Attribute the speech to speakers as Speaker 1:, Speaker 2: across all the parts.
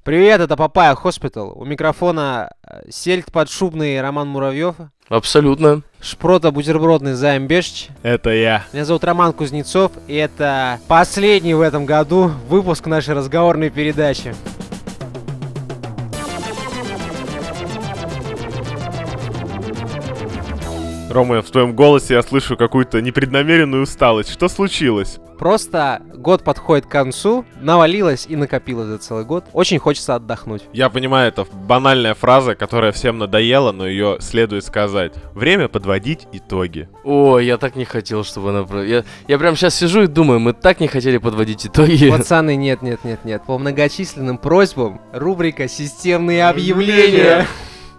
Speaker 1: Привет, это Папайя Хоспитал. У микрофона сельдь подшубный Роман Муравьев.
Speaker 2: Абсолютно.
Speaker 1: Шпрота бутербродный Займ Бешич.
Speaker 3: Это я.
Speaker 1: Меня зовут Роман Кузнецов, и это последний в этом году выпуск нашей разговорной передачи.
Speaker 3: Рома, в твоем голосе я слышу какую-то непреднамеренную усталость. Что случилось?
Speaker 1: Просто год подходит к концу, навалилось и накопилось за целый год. Очень хочется отдохнуть.
Speaker 3: Я понимаю, это банальная фраза, которая всем надоела, но ее следует сказать. Время подводить итоги.
Speaker 2: О, я так не хотел, чтобы она... Я прям сейчас сижу и думаю, мы так не хотели подводить итоги.
Speaker 1: Пацаны, нет. По многочисленным просьбам рубрика «Системные объявления».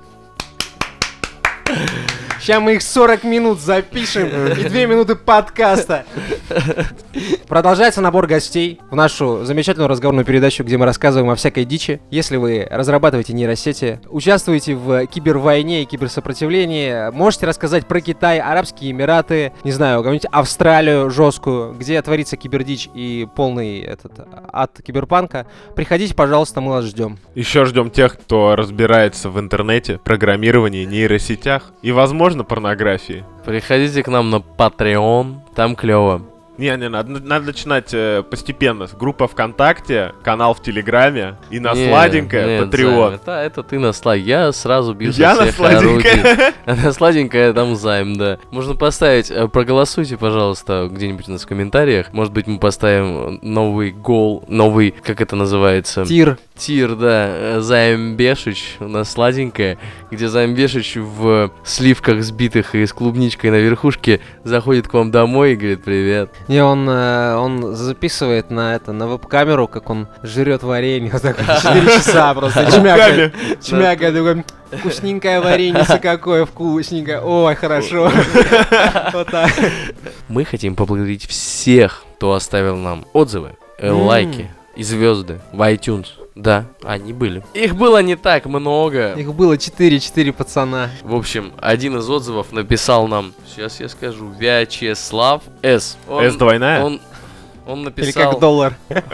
Speaker 1: Сейчас мы их 40 минут запишем и 2 минуты подкаста. Продолжается набор гостей в нашу замечательную разговорную передачу, где мы рассказываем о всякой дичи. Если вы разрабатываете нейросети, участвуете в кибервойне и киберсопротивлении, можете рассказать про Китай, Арабские Эмираты, не знаю, какую-нибудь Австралию жесткую, где творится кибердичь и полный ад киберпанка, приходите, пожалуйста, мы вас ждем.
Speaker 3: Еще ждем тех, кто разбирается в интернете, программировании, нейросетях и, возможно, порнографии.
Speaker 2: Приходите к нам на Patreon, там клево.
Speaker 3: Не, надо начинать постепенно. Группа ВКонтакте, канал в Телеграме и на сладенькое Patreon.
Speaker 2: Это ты на сладенькое. Я сразу бью
Speaker 3: Я
Speaker 2: со
Speaker 3: на
Speaker 2: всех орудий.
Speaker 3: сладенькое.
Speaker 2: А на сладенькое там Займ, да. Можно поставить, проголосуйте, пожалуйста, где-нибудь у нас в комментариях. Может быть, мы поставим новый гол, новый, как это называется? Тир, да, Займ Бешич на сладенькое, где Займ Бешич в сливках сбитых и с клубничкой на верхушке заходит к вам домой и говорит привет.
Speaker 1: Не, он записывает на веб-камеру, как он жрет варенье, вот так 4 часа просто чмякает, такой, вкусненькое варенье, какое вкусненькое, ой, хорошо. Вот так.
Speaker 2: Мы хотим поблагодарить всех, кто оставил нам отзывы, лайки и звезды в iTunes. Да, они были. Их было не так много.
Speaker 1: Их было 4 пацана.
Speaker 2: В общем, один из отзывов написал нам, сейчас я скажу, Вячеслав С.
Speaker 3: С двойная?
Speaker 2: Он написал...
Speaker 1: Или как доллар.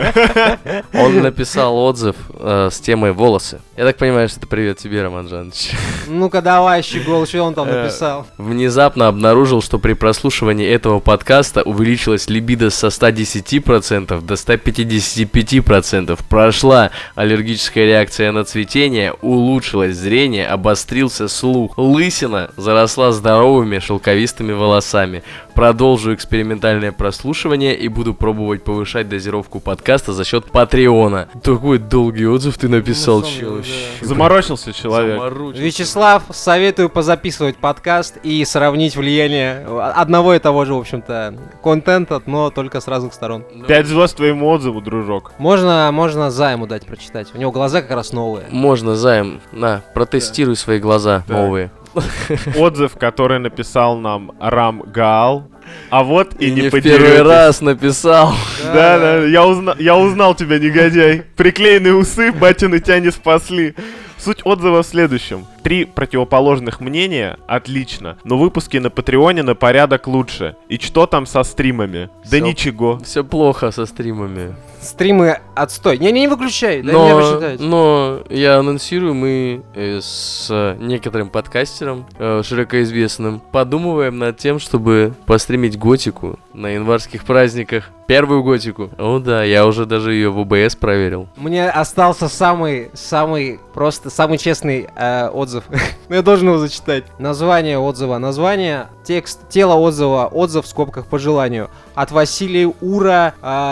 Speaker 2: Он написал отзыв с темой волосы. Я так понимаю, что это привет тебе, Роман Жанович.
Speaker 1: Ну-ка давай, щегол, что он там написал?
Speaker 2: Внезапно обнаружил, что при прослушивании этого подкаста увеличилась либидо со 110% до 155%. Прошла аллергическая реакция на цветение, улучшилось зрение, обострился слух. Лысина заросла здоровыми шелковистыми волосами. Продолжу экспериментальное прослушивание и буду пробовать повышать дозировку подкаста за счет Патреона. Такой долгий отзыв ты написал, чел.
Speaker 3: Заморочился человек.
Speaker 1: Вячеслав, советую позаписывать подкаст и сравнить влияние одного и того же, в общем-то, контента, но только с разных сторон.
Speaker 3: 5 звезд твоему отзыву, дружок.
Speaker 1: Можно Займу дать прочитать. У него глаза как раз новые.
Speaker 2: Можно, Займ. На, протестируй свои глаза новые.
Speaker 3: Отзыв, который написал нам Рам Гаал. А вот и не
Speaker 2: в первый
Speaker 3: подеретесь.
Speaker 2: раз написал.
Speaker 3: Да, я узнал тебя, негодяй. Приклеенные усы, батины тебя не спасли. Суть отзыва в следующем. 3 противоположных мнения — отлично, но выпуски на Патреоне на порядок лучше. И что там со стримами? Да ничего.
Speaker 2: Все плохо со стримами.
Speaker 1: Стримы отстой. Не выключай, дай мне посчитать.
Speaker 2: Но я анонсирую, мы с некоторым подкастером, широко известным, подумываем над тем, чтобы постримить готику на январских праздниках. Первую готику. О да, я уже даже ее в ОБС проверил.
Speaker 1: Мне остался самый честный отзыв. Я должен его зачитать. Название отзыва. Название, текст, тело отзыва. Отзыв в скобках по желанию. От Василия Ура.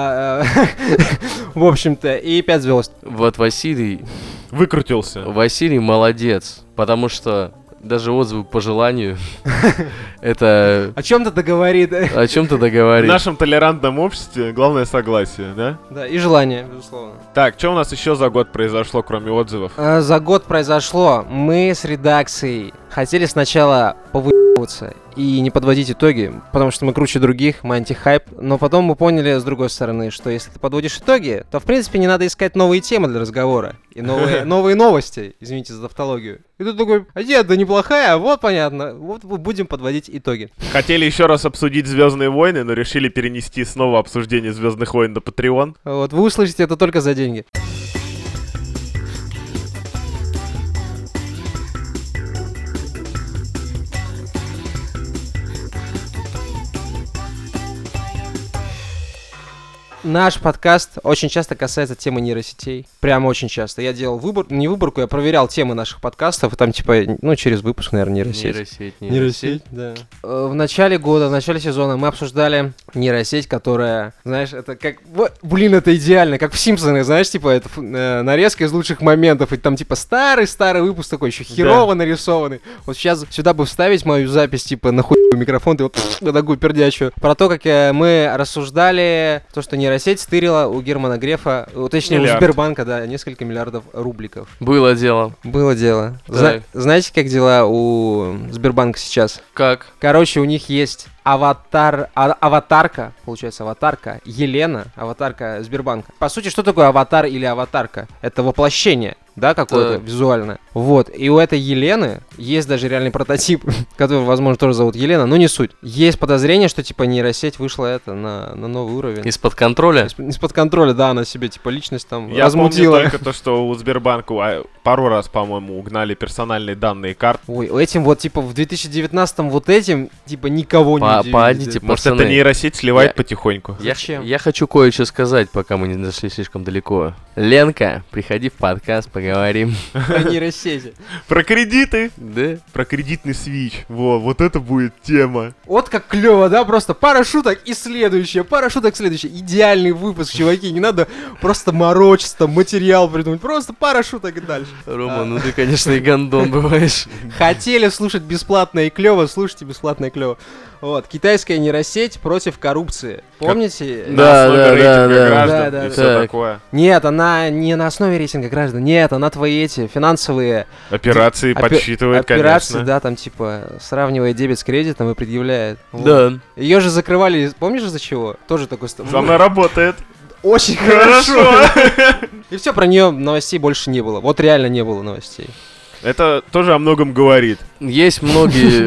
Speaker 1: В общем-то, и 5 звезд.
Speaker 2: Вот Василий
Speaker 3: Выкрутился.
Speaker 2: Василий молодец, потому что даже отзывы по желанию это...
Speaker 1: О чем-то говорит.
Speaker 2: О чем-то
Speaker 3: В
Speaker 2: договорит.
Speaker 3: нашем толерантном обществе главное согласие, да?
Speaker 1: Да, и желание, безусловно.
Speaker 3: Так, что у нас еще за год произошло, кроме отзывов?
Speaker 1: За год произошло. Мы с редакцией хотели сначала повыебываться и не подводить итоги, потому что мы круче других, мы антихайп. Но потом мы поняли, с другой стороны, что если ты подводишь итоги, то, в принципе, не надо искать новые темы для разговора и новые новости, извините за тавтологию. И тут такой, да неплохая, вот понятно, вот будем подводить итоги.
Speaker 3: Хотели еще раз обсудить «Звездные войны», но решили перенести снова обсуждение «Звездных войн» на Patreon.
Speaker 1: Вот, вы услышите это только за деньги. Наш подкаст очень часто касается темы нейросетей. Прям очень часто. Я делал не выборку, я проверял темы наших подкастов, и там типа, через выпуск, наверное, нейросеть, да. В начале года, в начале сезона мы обсуждали нейросеть, которая, знаешь, это как... Блин, это идеально, как в «Симпсонах», знаешь, типа, это нарезка из лучших моментов, и там типа старый выпуск такой, еще херово нарисованный. Вот сейчас сюда бы вставить мою запись, типа, нахуй микрофон, ты вот такую пердячую. Про то, как мы рассуждали, то, что нейросеть стырила у Германа Грефа, точнее, у Сбербанка, да, несколько миллиардов рубликов.
Speaker 2: Было дело.
Speaker 1: Знаете, как дела у Сбербанка сейчас?
Speaker 2: Как?
Speaker 1: Короче, у них есть аватарка, получается, аватарка Елена, аватарка Сбербанка. По сути, что такое аватар или аватарка? Это воплощение, да, какое-то визуальное. Вот, и у этой Елены есть даже реальный прототип, который, возможно, тоже зовут Елена, но не суть. Есть подозрение, что, типа, нейросеть вышла на новый уровень.
Speaker 2: Из-под контроля?
Speaker 1: Из-под контроля, да, она себе, типа, личность там
Speaker 3: размутила. Я помню только то, что у Сбербанка пару раз, по-моему, угнали персональные данные карт.
Speaker 1: Ой, этим вот, типа, в 2019-м вот этим, типа, никого не
Speaker 2: Поодните,
Speaker 3: может, это нейросеть сливает потихоньку?
Speaker 2: Я хочу кое-что сказать, пока мы не зашли слишком далеко. Ленка, приходи в подкаст, поговорим.
Speaker 1: Про нейросети.
Speaker 3: Про кредиты.
Speaker 2: Да.
Speaker 3: Про кредитный свич. Вот это будет тема.
Speaker 1: Вот как клево, да? Просто пара шуток и следующее. Идеальный выпуск, чуваки. Не надо просто морочиться, там, материал придумать. Просто пара шуток и дальше.
Speaker 2: Рома, ну ты, конечно, и гондон бываешь.
Speaker 1: Хотели слушать бесплатно и клево, слушайте бесплатно и клево. Вот, китайская нейросеть против коррупции. Помните?
Speaker 3: Да. И все такое.
Speaker 1: Нет, она не на основе рейтинга граждан. Нет, она твои финансовые...
Speaker 3: Операции подсчитывает, конечно.
Speaker 1: Операции, да, там типа сравнивает дебет с кредитом и предъявляет.
Speaker 2: Да.
Speaker 1: Ее же закрывали, помнишь из-за чего? Тоже такой...
Speaker 3: Она работает.
Speaker 1: Очень хорошо. И все, про нее новостей больше не было. Вот реально не было новостей.
Speaker 3: Это тоже о многом говорит.
Speaker 2: Есть многие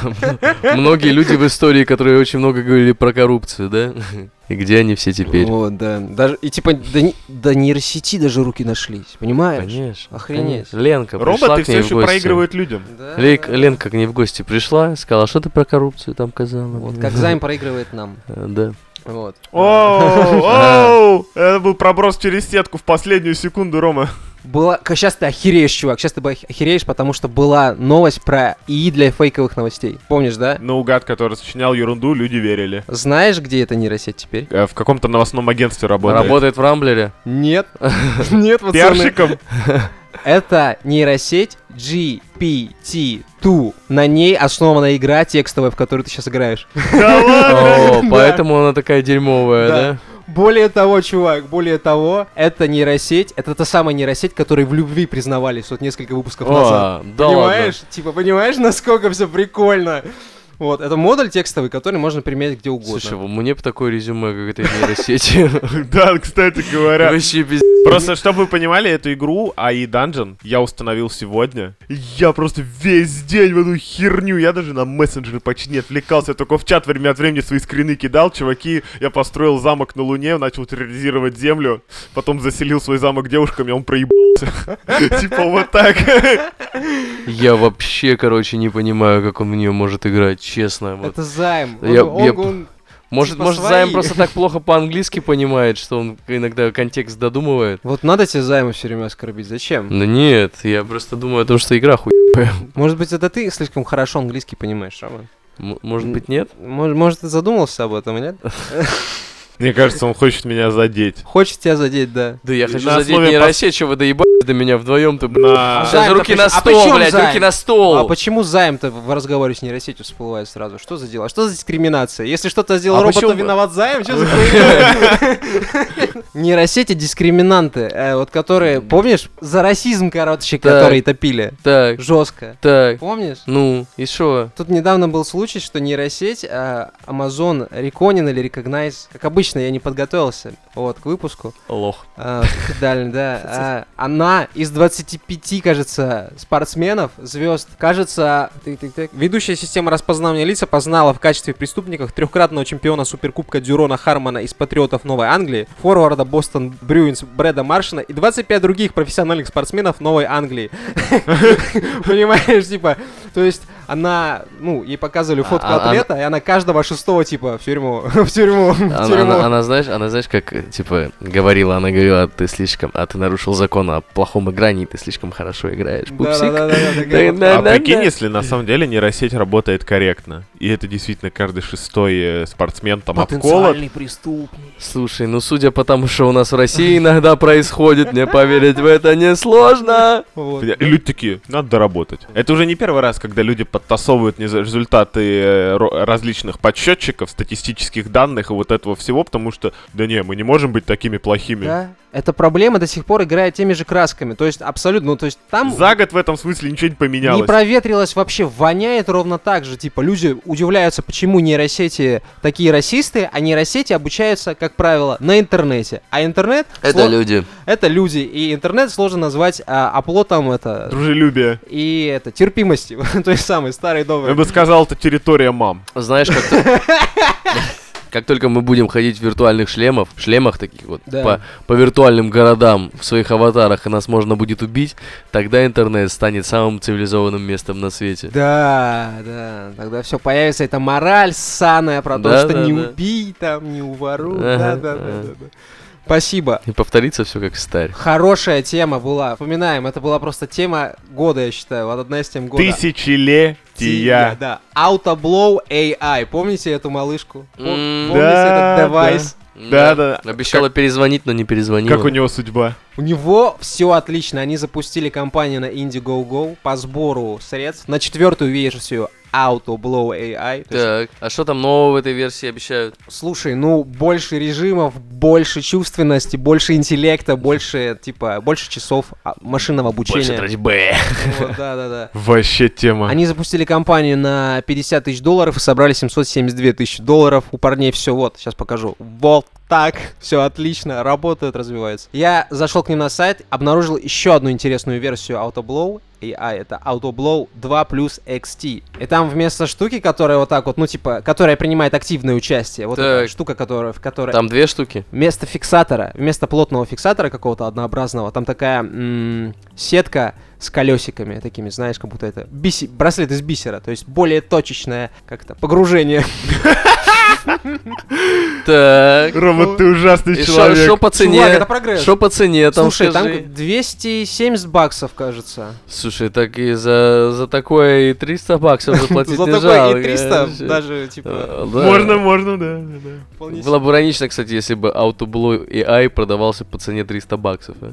Speaker 2: люди в истории, которые очень много говорили про коррупцию, да? И где они все теперь?
Speaker 1: Вот, да. Даже, и типа до нейросети даже руки нашлись, понимаешь?
Speaker 2: Конечно.
Speaker 1: Охренеть.
Speaker 2: Ленка пришла
Speaker 3: роботы
Speaker 2: к ней
Speaker 3: все еще проигрывают людям.
Speaker 1: Да.
Speaker 2: Ленка к ней в гости пришла, сказала, что ты про коррупцию там казала.
Speaker 1: Вот как займ проигрывает нам.
Speaker 2: Да.
Speaker 1: Вот.
Speaker 3: Оу! Это был проброс через сетку в последнюю секунду, Рома.
Speaker 1: Сейчас ты охереешь, чувак. Сейчас ты охереешь, потому что была новость про ИИ для фейковых новостей. Помнишь, да?
Speaker 3: Наугад, который сочинял ерунду, люди верили.
Speaker 1: Знаешь, где эта нейросеть теперь?
Speaker 3: В каком-то новостном агентстве работает.
Speaker 2: Работает в Рамблере?
Speaker 1: Нет. Нет, пацаны.
Speaker 3: Пиарщиком?
Speaker 1: Это нейросеть GPT-2. На ней основана игра текстовая, в которую ты сейчас играешь.
Speaker 3: Да ладно?
Speaker 2: О, поэтому она такая дерьмовая, да?
Speaker 1: Более того, чувак, это нейросеть, это та самая нейросеть, которой в любви признавались вот несколько выпусков назад.
Speaker 2: Да,
Speaker 1: понимаешь? Типа, понимаешь, насколько все прикольно? Вот, это модуль текстовый, который можно применять где угодно.
Speaker 2: Слушай, мне бы такое резюме, как этой нейросети.
Speaker 3: Да, кстати говоря.
Speaker 2: Вообще без...
Speaker 3: Просто, чтобы вы понимали, эту игру AI Dungeon я установил сегодня. Я просто весь день в эту херню, я даже на мессенджеры почти не отвлекался, я только в чат время от времени свои скрины кидал. Чуваки, я построил замок на Луне, начал терроризировать Землю, потом заселил свой замок девушками, он проебался. Типа вот так.
Speaker 2: Я вообще, не понимаю, как он в нее может играть, честно.
Speaker 1: Это займ.
Speaker 2: Может, займ просто так плохо по-английски понимает, что он иногда контекст додумывает.
Speaker 1: Вот надо тебе займа все время оскорбить, зачем?
Speaker 2: Да нет, я просто думаю о том, что игра хуевая.
Speaker 1: Может быть, это ты слишком хорошо английский понимаешь, Роман?
Speaker 2: Может быть, нет?
Speaker 1: Может, ты задумался об этом, нет?
Speaker 3: Мне кажется, он хочет меня задеть.
Speaker 1: Хочет тебя задеть, да.
Speaker 2: Да я хочу задеть нейросеть, что вы доебали до меня вдвоем-то. Сейчас руки на стол, блядь, руки на стол.
Speaker 1: А почему займ-то в разговоре с нейросетью всплывает сразу? Что за дела? Что за дискриминация? Если что-то сделал робот, то виноват займ? Что за нейросети дискриминанты, вот которые, помнишь, за расизм, которые топили.
Speaker 2: Так.
Speaker 1: Жестко.
Speaker 2: Так.
Speaker 1: Помнишь?
Speaker 2: Ну, и шо?
Speaker 1: Тут недавно был случай, что нейросеть Amazon Reckoning или Recognize, как обычно, я не подготовился к выпуску.
Speaker 2: Лох.
Speaker 1: Специально, да. Она из 25, кажется, спортсменов, звезд, кажется, ведущая система распознавания лиц опознала в качестве преступников трехкратного чемпиона Суперкубка Дюрона Хармона из Патриотов Новой Англии, форварда Бостон Брюинс Брэда Маршина и 25 других профессиональных спортсменов Новой Англии. Понимаешь, типа, то есть она, ну, ей показывали фотку
Speaker 2: А-
Speaker 1: атлета, и она каждого 6-го, типа, в тюрьму, в тюрьму, в тюрьму.
Speaker 2: Она, знаешь, как, типа, она говорила, ты нарушил закон о плохом игрании, ты слишком хорошо играешь. Пупсик.
Speaker 1: Да-да-да.
Speaker 3: А прикинь, если на самом деле нейросеть работает корректно, и это действительно каждый 6-й спортсмен там обколот.
Speaker 1: Потенциальный преступник.
Speaker 2: Слушай, ну судя по тому, что у нас в России иногда происходит, мне поверить в это несложно.
Speaker 1: Вот.
Speaker 3: И люди такие, надо доработать. Это уже не первый раз, когда люди подтасовывают результаты различных подсчетчиков, статистических данных и вот этого всего, потому что, да не, мы не можем быть такими плохими.
Speaker 1: Да, эта проблема до сих пор играет теми же красками, то есть абсолютно, ну, то есть там...
Speaker 3: За год в этом смысле ничего не поменялось.
Speaker 1: Не проветрилось вообще, воняет ровно так же. Типа, люди удивляются, почему нейросети такие расисты, а нейросети обучаются, как правило, на интернете. А интернет...
Speaker 2: люди.
Speaker 1: Это люди, и интернет сложно назвать оплотом это...
Speaker 3: Дружелюбие.
Speaker 1: И это, терпимости, той самой старой
Speaker 3: Я
Speaker 1: доброй.
Speaker 3: бы сказал, это территория мам.
Speaker 2: Знаешь, как только мы будем ходить в виртуальных шлемах таких вот,
Speaker 1: Да.
Speaker 2: по виртуальным городам в своих аватарах, и нас можно будет убить, тогда интернет станет самым цивилизованным местом на свете.
Speaker 1: Да, тогда все появится эта мораль ссаная про то,
Speaker 2: Да,
Speaker 1: что
Speaker 2: да,
Speaker 1: не
Speaker 2: да.
Speaker 1: убий, там, не уворуй.
Speaker 2: Ага,
Speaker 1: Да.
Speaker 2: ага.
Speaker 1: Спасибо.
Speaker 2: И повторится все как старь.
Speaker 1: Хорошая тема была. Вспоминаем, это была просто тема года, я считаю. Вот одна из тем года.
Speaker 3: Тысячелетия.
Speaker 1: Да. Autoblow AI. Помните эту малышку? Помните
Speaker 3: да,
Speaker 1: этот девайс?
Speaker 3: Да.
Speaker 2: Обещала перезвонить, но не перезвонила.
Speaker 3: Как у него судьба?
Speaker 1: У него все отлично. Они запустили кампанию на Indiegogo по сбору средств на 4-ю версию Autoblow AI. То есть,
Speaker 2: Так, а что там нового в этой версии обещают?
Speaker 1: слушай, ну, больше режимов, больше чувственности, больше интеллекта, больше часов машинного
Speaker 2: Больше
Speaker 1: обучения.
Speaker 2: дрочбы.
Speaker 1: Вот, да.
Speaker 3: Вообще тема.
Speaker 1: Они запустили кампанию на $50 тысяч и собрали $772 тысячи. У парней все вот, сейчас покажу. Вот так, все отлично, работает, развивается. Я зашел к ним на сайт, обнаружил еще одну интересную версию Autoblow AI, это Autoblow 2 плюс XT. И там вместо штуки, которая вот так вот, ну типа, которая принимает активное участие, вот эта
Speaker 2: Так.
Speaker 1: штука, в которой...
Speaker 2: Там 2 штуки?
Speaker 1: Вместо фиксатора, вместо плотного фиксатора какого-то однообразного, там такая сетка с колесиками такими, знаешь, как будто это браслет из бисера, то есть более точечное как-то погружение.
Speaker 2: Так.
Speaker 3: Рома, ты ужасный
Speaker 2: И
Speaker 3: человек.
Speaker 2: что по цене?
Speaker 1: Чувак, это прогресс.
Speaker 2: Что по цене там,
Speaker 1: Слушай,
Speaker 2: скажи?
Speaker 1: там $270, кажется.
Speaker 2: Слушай, так и за такое и $300 заплатить
Speaker 1: За
Speaker 2: не
Speaker 1: такое
Speaker 2: жалко.
Speaker 1: и 300,
Speaker 2: вообще.
Speaker 1: даже, типа,
Speaker 2: Да.
Speaker 3: Можно, да.
Speaker 1: вполне
Speaker 2: Было бы иронично, кстати, если бы Autoblow AI продавался по цене $300, а?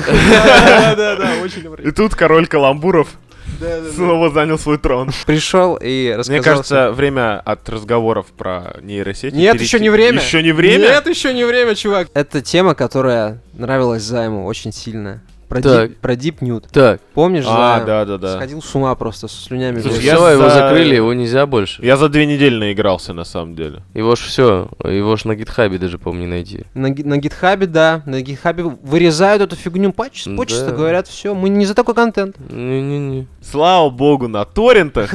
Speaker 1: Да, очень
Speaker 3: И тут король каламбуров снова занял свой трон.
Speaker 1: Пришел и рассказал.
Speaker 3: Мне кажется, время от разговоров про нейросети.
Speaker 1: Нет, еще не время.
Speaker 3: Еще не время?
Speaker 1: Нет, еще не время, чувак. Это тема, которая нравилась Займу очень сильно. Про
Speaker 2: Так.
Speaker 1: Deep Nude.
Speaker 2: Так,
Speaker 1: Помнишь,
Speaker 3: А,
Speaker 1: Займ?
Speaker 3: да.
Speaker 1: Сходил с ума просто, со слюнями.
Speaker 3: Слушай,
Speaker 1: в
Speaker 3: я
Speaker 1: глазах.
Speaker 2: все, его
Speaker 3: за-
Speaker 2: закрыли, его нельзя больше.
Speaker 3: Я за 2 недели наигрался, на самом деле.
Speaker 2: Его ж все, его ж на гитхабе даже, по-моему, не найти.
Speaker 1: На гитхабе, да. На гитхабе вырезают эту фигню почисто,
Speaker 2: Да.
Speaker 1: говорят, все, мы не за такой контент.
Speaker 2: Не-не-не.
Speaker 3: Слава богу, на торрентах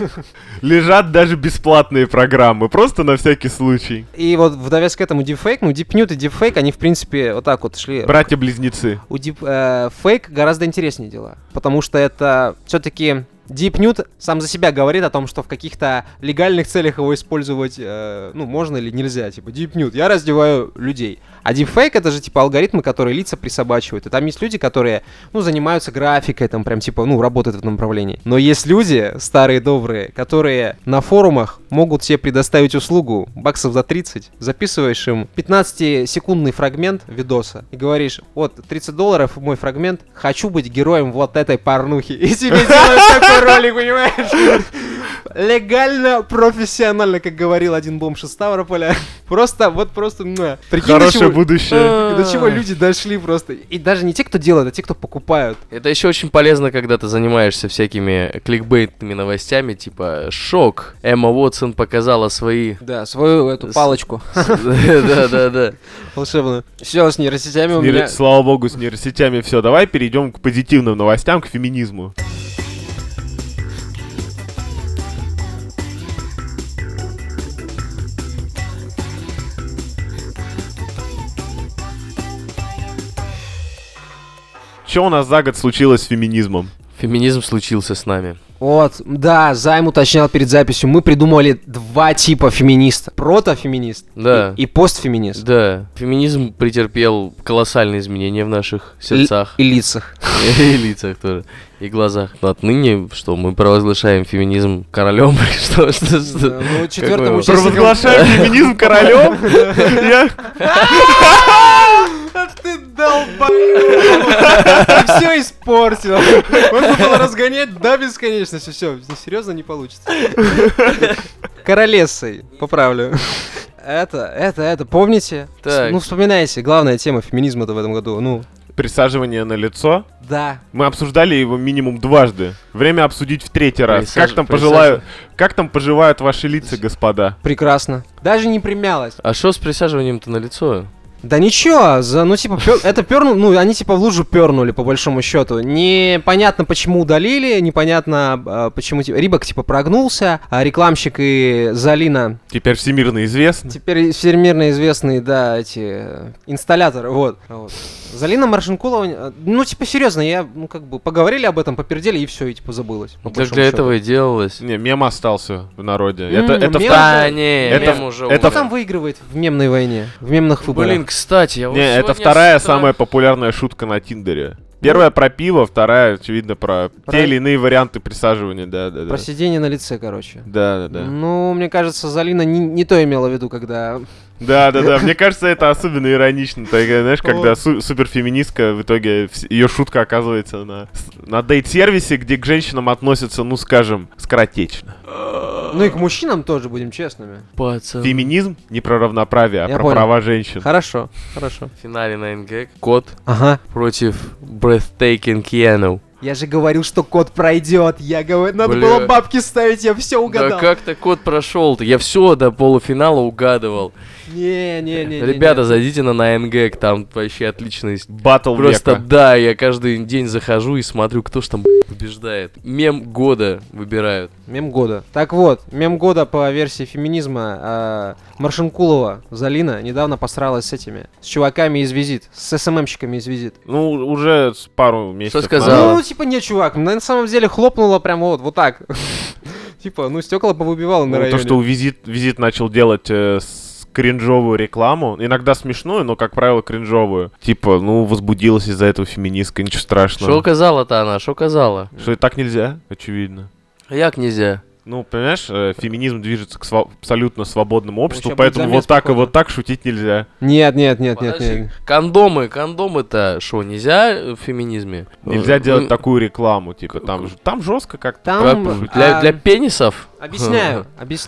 Speaker 3: лежат даже бесплатные программы, просто на всякий случай.
Speaker 1: И вот в довес к этому Deepfake, ну, Deep Nude и Deepfake, они, в принципе, вот так вот шли.
Speaker 3: Братья-близнецы.
Speaker 1: У Deepfake гораздо интереснее дела, потому что это все-таки Deep Nude сам за себя говорит о том, что в каких-то легальных целях его использовать, ну, можно или нельзя, типа, Deep Nude, я раздеваю людей. А Deepfake это же, типа, алгоритмы, которые лица присобачивают. И там есть люди, которые, ну, занимаются графикой, там, прям, типа, ну, работают в этом направлении. Но есть люди, старые добрые, которые на форумах могут себе предоставить услугу баксов за 30, записываешь им 15-секундный фрагмент видоса и говоришь, вот, $30 мой фрагмент, хочу быть героем вот этой порнухи. И тебе делают такой ролик, понимаешь? Легально, профессионально, как говорил один бомж из Ставрополя. Просто. Прикинь,
Speaker 3: Хорошее будущее.
Speaker 1: до чего люди дошли просто. И даже не те, кто делает, а те, кто покупают.
Speaker 2: Это еще очень полезно, когда ты занимаешься всякими кликбейтными новостями, типа «Шок! Эмма Уотсон показала свои...»
Speaker 1: Да, свою эту палочку
Speaker 2: Да-да-да.
Speaker 1: волшебную. Все, с нейросетями у меня...
Speaker 3: Слава богу, с нейросетями все. Давай перейдем к позитивным новостям, к феминизму. Что у нас за год случилось с феминизмом?
Speaker 2: Феминизм случился с нами.
Speaker 1: Вот, да, Займ уточнял перед записью, мы придумали 2 типа феминиста. Протофеминист
Speaker 2: Да.
Speaker 1: и постфеминист.
Speaker 2: Да, феминизм претерпел колоссальные изменения в наших сердцах.
Speaker 1: И лицах.
Speaker 2: И лицах тоже. И глазах. Но отныне, что, мы провозглашаем феминизм королем? Что?
Speaker 1: Ну, четвертому
Speaker 2: Какой-
Speaker 1: участнику...
Speaker 3: Провозглашаем феминизм королем? Я...
Speaker 1: Ты долбоёб! Ты все испортил. Можно было разгонять до бесконечности. Все, серьезно не получится. Королессой, поправлю. Это, помните?
Speaker 2: Так.
Speaker 1: Ну, вспоминайте, главная тема феминизма-то в этом году. Ну,
Speaker 3: Присаживание на лицо.
Speaker 1: да.
Speaker 3: Мы обсуждали его минимум дважды. Время обсудить в 3-й раз. Как там поживают ваши лица, господа?
Speaker 1: Прекрасно. Даже не примялась.
Speaker 2: А что с присаживанием-то на лицо?
Speaker 1: Да ничего, это пернул, ну, они типа в лужу пернули, по большому счету. Непонятно, почему удалили, непонятно, почему Рибок типа прогнулся, а рекламщик и Залина,
Speaker 3: Теперь всемирно известно.
Speaker 1: теперь всемирно известные, да, эти инсталляторы, вот. Залина Маршинкулова, ну, типа, серьезно, я, ну, как бы, поговорили об этом, попердели, и все, и, типа, забылось. по
Speaker 2: Так
Speaker 1: большому
Speaker 2: для
Speaker 1: счету.
Speaker 2: этого и делалось.
Speaker 3: Не, мем остался в народе.
Speaker 1: Мем?
Speaker 3: Это
Speaker 1: Мем?
Speaker 2: Да, не,
Speaker 3: это-
Speaker 2: мем уже
Speaker 3: это-
Speaker 1: Кто
Speaker 2: умер.
Speaker 1: там выигрывает в мемной войне, в мемных выборах?
Speaker 2: Блин, кстати, я вот
Speaker 3: Не, это
Speaker 2: сегодня
Speaker 3: вторая
Speaker 2: с утра-
Speaker 3: самая популярная шутка на Тиндере. Первая про пиво, вторая, очевидно, про те или иные варианты присаживания, да.
Speaker 1: Про сидение на лице, короче.
Speaker 3: Да.
Speaker 1: Ну, мне кажется, Залина не то имела в виду, когда...
Speaker 3: Да. Мне кажется, это особенно иронично. Знаешь, когда суперфеминистка в итоге ее шутка оказывается на дейт-сервисе, где к женщинам относятся, ну скажем, скоротечно.
Speaker 1: Ну и к мужчинам тоже, будем честными.
Speaker 2: Пацан.
Speaker 3: Феминизм не про равноправие, а
Speaker 1: Я
Speaker 3: про
Speaker 1: понял.
Speaker 3: права женщин.
Speaker 1: Хорошо.
Speaker 2: В финале на НГ кот
Speaker 1: Ага.
Speaker 2: против Breathtaking Keanu.
Speaker 1: Я же говорил, что код пройдет. Я говорю, надо
Speaker 2: Бля.
Speaker 1: было бабки ставить, я все угадал.
Speaker 2: Да как-то кот прошел-то? Я все до полуфинала угадывал.
Speaker 1: Не.
Speaker 2: Ребята, зайдите на НГ, там вообще отлично.
Speaker 3: Батл
Speaker 2: Просто
Speaker 3: века.
Speaker 2: да, я каждый день захожу и смотрю, кто ж там побеждает. Мем года выбирают.
Speaker 1: Мем года. Так вот, мем года по версии феминизма. Маршинкулова Залина недавно посралась с этими, с чуваками из Визит, с СММщиками из Визит.
Speaker 3: Ну, уже с пару месяцев
Speaker 2: сказала?
Speaker 1: Ну, типа, не, чувак, на самом деле хлопнула прямо вот так. Типа, ну, стекла повыбивала на
Speaker 3: Ну,
Speaker 1: районе.
Speaker 3: то, что Визит начал делать кринжовую рекламу, иногда смешную, но, как правило, кринжовую. Типа, ну, возбудилась из-за этого феминистка, ничего страшного.
Speaker 2: Что казала-то она, что казала?
Speaker 3: Что и так нельзя, очевидно.
Speaker 2: А як нельзя?
Speaker 3: Ну, понимаешь, феминизм движется к абсолютно свободному обществу,
Speaker 1: ща будет
Speaker 3: поэтому
Speaker 1: замес,
Speaker 3: вот так и
Speaker 1: походу.
Speaker 3: вот так шутить нельзя.
Speaker 1: Нет.
Speaker 2: Подожди, Кондомы-то что, нельзя в феминизме?
Speaker 3: Нельзя делать
Speaker 2: Ну,
Speaker 3: такую рекламу, типа, там жестко как-то.
Speaker 1: Там,
Speaker 2: Для пенисов?
Speaker 1: Объясняю.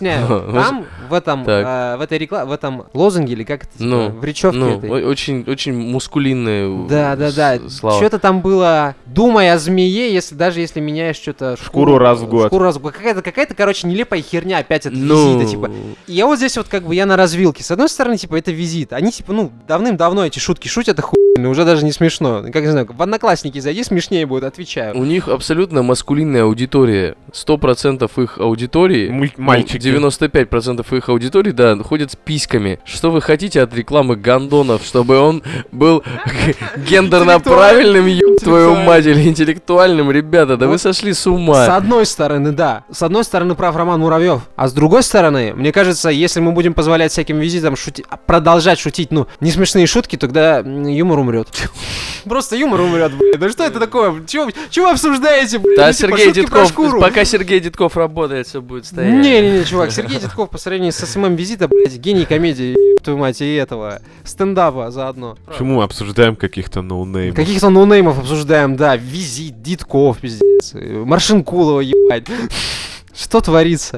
Speaker 1: Там в этом,
Speaker 2: Так.
Speaker 1: в этой рекламе, в этом лозунге, или как это,
Speaker 2: Ну,
Speaker 1: в речевке
Speaker 2: Ну,
Speaker 1: этой.
Speaker 2: очень мускулинные
Speaker 1: Да.
Speaker 2: слова.
Speaker 1: Что-то там было. Думай о змее, даже если меняешь что-то.
Speaker 3: Шкуру раз в год.
Speaker 1: Шкуру раз в год. Какая-то, короче, нелепая херня опять от
Speaker 2: Ну,
Speaker 1: визита, типа. И я вот здесь вот как бы я на развилке. С одной стороны, типа, это визит. Они, типа, ну, давным-давно эти шутки шутят, охуенно, уже даже не смешно. Как не знаю, в Одноклассники зайди, смешнее будет, отвечаю.
Speaker 2: У них абсолютно маскулинная аудитория. 100% их аудитории,
Speaker 3: Мальчики.
Speaker 2: 95% их аудитории, да, ходят с письками. Что вы хотите от рекламы гандонов? Чтобы он был гендерно правильным, ёб твою мать, или интеллектуальным? Ребята, да вы
Speaker 1: Вот
Speaker 2: сошли с
Speaker 1: С
Speaker 2: ума.
Speaker 1: одной стороны, да. С одной стороны, прав Роман Муравьев. А с другой стороны, мне кажется, если мы будем позволять всяким визитам продолжать шутить, ну, не смешные шутки, тогда юмор умрет. Просто юмор умрет, блядь. Да что это такое? Чего вы обсуждаете, блядь?
Speaker 2: Да,
Speaker 1: Ну, типа,
Speaker 2: Сергей
Speaker 1: шутки про
Speaker 2: Дитков,
Speaker 1: шкуру.
Speaker 2: пока Сергей Дитков работает, все будет стоять.
Speaker 1: Не, чувак, Сергей Дитков по сравнению с СММ Визита, блядь, гений комедии, еб твою мать, и этого, стендапа заодно.
Speaker 3: Почему мы обсуждаем каких-то ноунеймов?
Speaker 1: Каких-то ноунеймов обсуждаем, да, Визит, Дитков, пиздец, Маршинкулова, ебать. Что творится?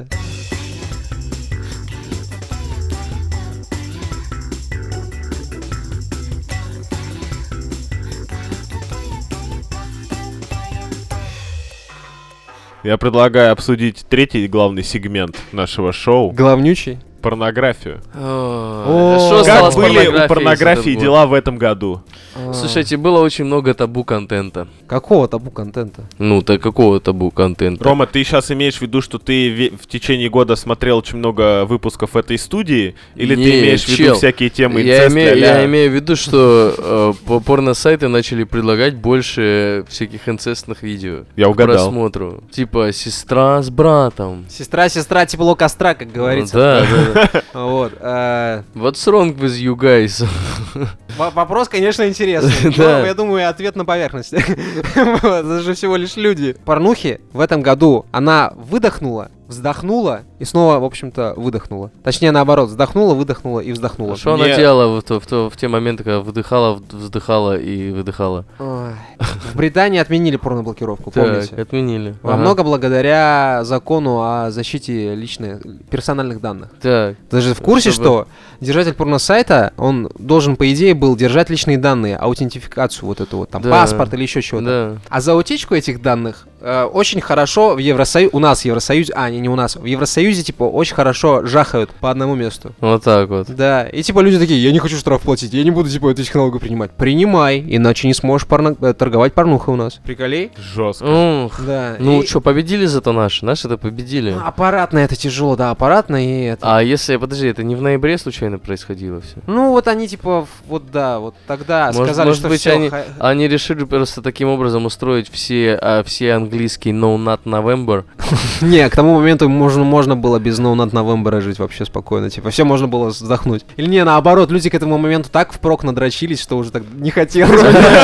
Speaker 3: Я предлагаю обсудить третий главный сегмент нашего шоу.
Speaker 1: Главнючий?
Speaker 3: порнографию.
Speaker 2: Что стало
Speaker 3: Как
Speaker 2: с
Speaker 3: были у
Speaker 2: порнографией
Speaker 3: порнографии
Speaker 2: за этот
Speaker 3: дела в этом году?
Speaker 2: год? Слушайте, было очень много табу-контента.
Speaker 1: Какого табу контента?
Speaker 2: Ну, так какого табу-контента?
Speaker 3: Рома, ты сейчас имеешь в виду, что ты в течение года смотрел очень много выпусков этой студии? Или ты
Speaker 2: Не,
Speaker 3: имеешь в виду
Speaker 2: чел,
Speaker 3: всякие темы
Speaker 2: я
Speaker 3: инцеста?
Speaker 2: я имею в виду, что порно-сайты начали предлагать больше всяких инцестных видео.
Speaker 3: Я
Speaker 2: к
Speaker 3: угадал.
Speaker 2: просмотру. Типа сестра с братом.
Speaker 1: Сестра, тепло костра, как говорится.
Speaker 2: Да.
Speaker 1: Вот.
Speaker 2: What's wrong with you guys?
Speaker 1: Вопрос, конечно, интересный.
Speaker 2: Да.
Speaker 1: Но, я думаю, ответ на поверхности. Вот, это же всего лишь люди. Порнухи в этом году она выдохнула, вздохнула и снова, в общем-то, выдохнула. Точнее, наоборот, вздохнула, выдохнула и вздохнула.
Speaker 2: Что она делала в те моменты, когда вдыхала, вздыхала и выдыхала?
Speaker 1: Ой. В Британии отменили порноблокировку,
Speaker 2: Так,
Speaker 1: помните?
Speaker 2: отменили.
Speaker 1: Во много благодаря закону о защите личных, персональных данных.
Speaker 2: Так.
Speaker 1: Ты же в курсе, что держатель порносайта, он должен, по идее, был держать личные данные, аутентификацию вот эту вот, там,
Speaker 2: Да.
Speaker 1: паспорт или еще чего-то.
Speaker 2: Да.
Speaker 1: А за утечку этих данных очень хорошо в Евросоюзе, у нас в Евросоюзе, не у нас, в Евросоюзе, типа, очень хорошо жахают по одному месту.
Speaker 2: Вот так вот.
Speaker 1: Да, и типа люди такие, я не хочу штраф платить, я не буду, типа, эту технологию принимать. Принимай, иначе не сможешь торговать порнухой у нас. Приколей?
Speaker 3: Жестко.
Speaker 2: Ух.
Speaker 1: Да.
Speaker 2: Ну
Speaker 1: и-
Speaker 2: что, победили зато наши-то победили.
Speaker 1: Ну, аппаратно это тяжело, да, аппаратно и это.
Speaker 2: А если, подожди, это не в ноябре случайно происходило все?
Speaker 1: Ну, вот они, типа, вот да, вот тогда
Speaker 2: Может
Speaker 1: сказали,
Speaker 2: быть,
Speaker 1: что всё,
Speaker 2: они решили просто таким образом устроить все английские No Not November.
Speaker 1: Не, к тому моменту можно было без No Not November жить вообще спокойно. Типа, все можно было вздохнуть. Или не, наоборот, люди к этому моменту так впрок надрочились, что уже так не хотелось.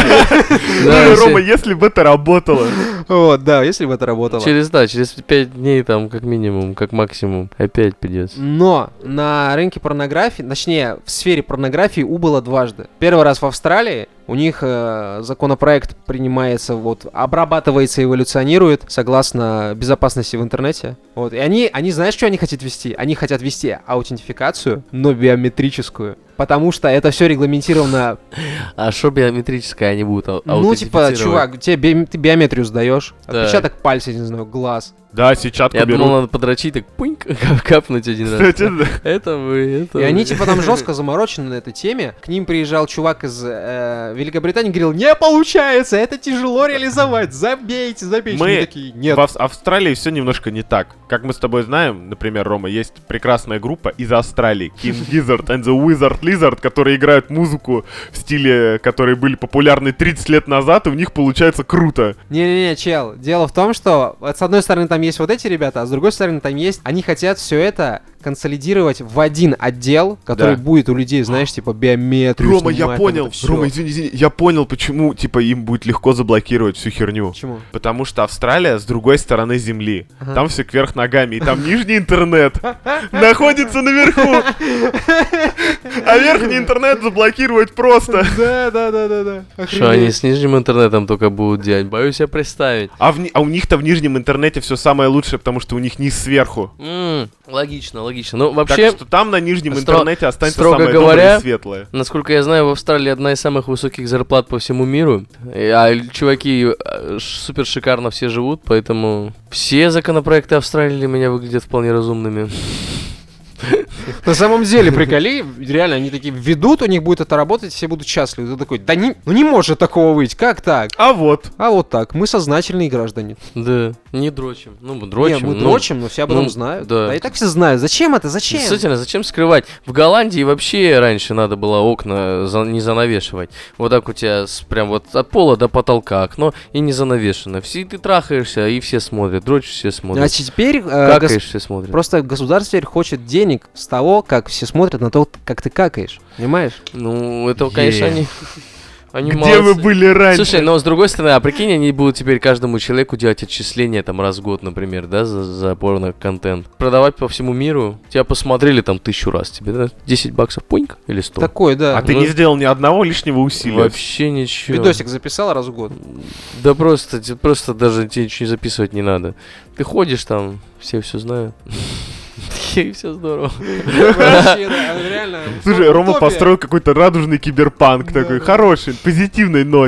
Speaker 3: Ну, Рома, если бы это работало.
Speaker 1: Вот, да, если бы это работало.
Speaker 2: Через 5 дней там, как минимум, как максимум, опять придется.
Speaker 1: Но на рынке порнографии, точнее, в сфере порнографии убыло дважды. Первый раз в Австралии. У них законопроект принимается, вот, обрабатывается, эволюционирует согласно безопасности в интернете. Вот, и они, знаешь, что они хотят вести? Они хотят вести аутентификацию, но биометрическую. Потому что это все регламентировано.
Speaker 2: А что биометрическое они будут
Speaker 1: Ну, типа, чувак, ты биометрию сдаешь,
Speaker 2: Так.
Speaker 1: отпечаток пальца, не знаю, глаз.
Speaker 3: Да, сетчатку
Speaker 2: Я думал,
Speaker 3: берут.
Speaker 2: надо подрочить, так пуньк, капнуть один раз.
Speaker 3: Кстати, да.
Speaker 2: Это вы, это
Speaker 1: И они
Speaker 2: вы.
Speaker 1: типа там жестко заморочены на этой теме. К ним приезжал чувак из Великобритании, говорил, не получается, это тяжело реализовать, забейте. Они
Speaker 3: Мы
Speaker 1: такие, нет.
Speaker 3: в Австралии все немножко не так. Как мы с тобой знаем, например, Рома, есть прекрасная группа из Австралии, King Gizzard and the Wizard Lizard, которые играют музыку в стиле, которые были популярны 30 лет назад, и у них получается круто.
Speaker 1: Не-не-не, чел, дело в том, что с одной стороны там есть вот эти ребята, а с другой стороны там есть, они хотят все это консолидировать в один отдел, который
Speaker 3: Да.
Speaker 1: будет у людей, знаешь, типа биометрию
Speaker 3: Рома, я
Speaker 1: снимать,
Speaker 3: понял.
Speaker 1: вот это всё.
Speaker 3: Рома, извини, я понял, почему, типа, им будет легко заблокировать всю херню.
Speaker 1: Почему?
Speaker 3: Потому что Австралия с другой стороны земли.
Speaker 1: Ага.
Speaker 3: Там все кверх ногами, и там нижний интернет находится наверху. А верхний интернет заблокировать просто.
Speaker 1: Да.
Speaker 2: Что они с нижним интернетом только будут делать? Боюсь себе представить.
Speaker 3: А у них-то в нижнем интернете все самое лучшее, потому что у них низ сверху.
Speaker 2: Логично. Ну, вообще,
Speaker 3: Так что там на нижнем
Speaker 2: стро-
Speaker 3: интернете останется
Speaker 2: строго
Speaker 3: самое
Speaker 2: говоря,
Speaker 3: доброе и светлое.
Speaker 2: насколько я знаю, в Австралии одна из самых высоких зарплат по всему миру. А чуваки супер шикарно все живут, поэтому все законопроекты Австралии для меня выглядят вполне разумными.
Speaker 1: На самом деле, приколи, реально, они такие ведут, у них будет это работать, все будут счастливы. Ты такой, да не может такого быть, как так?
Speaker 3: А вот.
Speaker 1: А вот так, мы сознательные граждане.
Speaker 2: Да, не дрочим. Ну, мы дрочим.
Speaker 1: Не, мы
Speaker 2: ну,
Speaker 1: дрочим, но все об этом
Speaker 2: ну,
Speaker 1: знают.
Speaker 2: да.
Speaker 1: Да и так все знают. Зачем это? Зачем?
Speaker 2: Действительно, зачем скрывать? В Голландии вообще раньше надо было окна не занавешивать. Вот так у тебя прям вот от пола до потолка окно и не занавешено. Все ты трахаешься, и все смотрят. Дрочишь, все
Speaker 1: А
Speaker 2: смотрят.
Speaker 1: теперь
Speaker 2: Какаешь, все смотрят.
Speaker 1: просто государство теперь хочет денег с того, как все смотрят на то, как ты какаешь. Понимаешь?
Speaker 2: Ну, это, конечно, они
Speaker 3: Где
Speaker 2: молодцы.
Speaker 3: вы были раньше?
Speaker 2: Слушай, но с другой стороны, а прикинь, они будут теперь каждому человеку делать отчисления там раз в год, например, да, за порно-контент. Продавать по всему миру. Тебя посмотрели там 1000 раз. Тебе, да, 10 баксов пуньк или 100?
Speaker 1: Такой, да.
Speaker 3: А ты не сделал ни одного лишнего усилия.
Speaker 2: Вообще ничего.
Speaker 1: Видосик записал раз в год.
Speaker 2: Да просто даже тебе ничего записывать не надо. Ты ходишь там, все знают. И все здорово.
Speaker 1: Вообще, да, реально.
Speaker 3: Слушай, Рома
Speaker 1: утопия.
Speaker 3: построил какой-то радужный киберпанк
Speaker 1: Да,
Speaker 3: такой,
Speaker 1: да.
Speaker 3: хороший, позитивной ноте.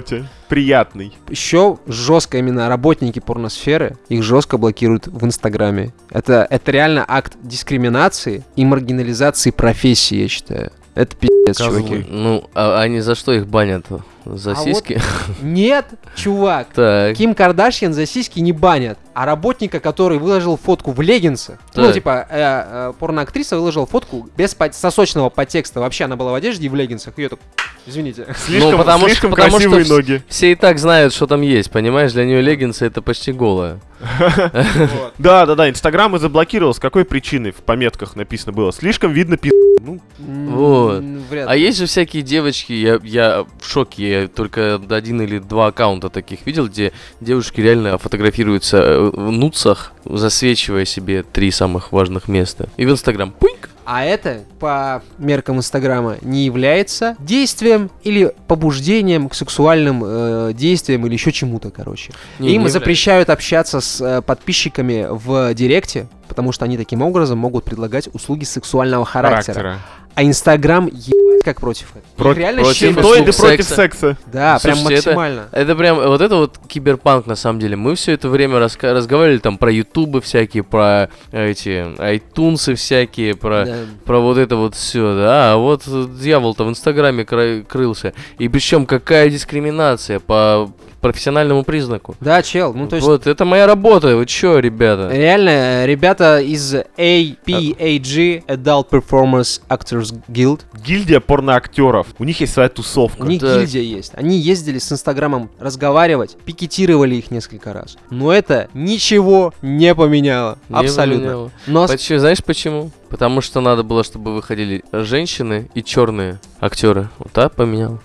Speaker 3: приятный.
Speaker 1: Еще жестко именно работники порносферы, их жестко блокируют в Инстаграме. Это реально акт дискриминации и маргинализации профессии, я считаю. Это пиздец,
Speaker 3: Козлы.
Speaker 1: чуваки.
Speaker 2: Ну, а они за что их банят? За
Speaker 1: А
Speaker 2: сиськи?
Speaker 1: Нет, чувак.
Speaker 2: Так.
Speaker 1: Ким Кардашьян за сиськи не банят, а работника, который выложил фотку в леггинсах, ну,
Speaker 2: Так.
Speaker 1: типа, порноактриса выложила фотку без сосочного подтекста, вообще она была в одежде и в леггинсах, ее так, извините.
Speaker 3: Слишком,
Speaker 2: потому
Speaker 3: слишком
Speaker 2: что- потому
Speaker 3: красивые
Speaker 2: что
Speaker 3: ноги.
Speaker 2: Все и так знают, что там есть, понимаешь? Для нее леггинсы это почти голое.
Speaker 3: Да, Инстаграм и заблокировал. С какой причиной в пометках написано было? Слишком видно Ну,
Speaker 2: Вот.
Speaker 1: Вряд
Speaker 2: А
Speaker 1: ли.
Speaker 2: есть же всякие девочки, я в шоке, я только 1 или 2 аккаунта таких видел, где девушки реально фотографируются в нуцах, засвечивая себе 3 самых важных места. И в Инстаграм пуйк.
Speaker 1: А это, по меркам Инстаграма, не является действием или побуждением к сексуальным действиям или еще чему-то, короче.
Speaker 2: Не,
Speaker 1: Им
Speaker 2: не
Speaker 1: запрещают общаться с подписчиками в директе, потому что они таким образом могут предлагать услуги сексуального характера. А Инстаграм ебать как против этого. Их реально
Speaker 2: против
Speaker 1: щемят.
Speaker 3: Синтоиды
Speaker 2: услуг
Speaker 3: против
Speaker 2: секса.
Speaker 3: секса.
Speaker 1: Да, прям
Speaker 2: Слушайте,
Speaker 1: максимально.
Speaker 2: Это прям, вот это вот киберпанк на самом деле. Мы все это время разговаривали там про ютубы всякие, про эти айтунсы всякие, про...
Speaker 1: Да.
Speaker 2: Про вот это вот все, да, а вот дьявол-то в Инстаграме крылся. И причем какая дискриминация по профессиональному признаку.
Speaker 1: Да, чел, ну то есть
Speaker 2: Вот, это моя работа, вы чё, ребята?
Speaker 1: реально, ребята из APAG, Adult Performance Actors Guild,
Speaker 3: Гильдия порноактеров. У них есть своя тусовка.
Speaker 1: у них
Speaker 2: Так.
Speaker 1: гильдия есть. Они ездили с Инстаграмом разговаривать, пикетировали их несколько раз. Но это ничего не поменяло.
Speaker 2: Не
Speaker 1: Абсолютно.
Speaker 2: поменяло.
Speaker 1: Но
Speaker 2: Знаешь почему? Потому что надо было, чтобы выходили женщины и черные актеры. Вот так поменял.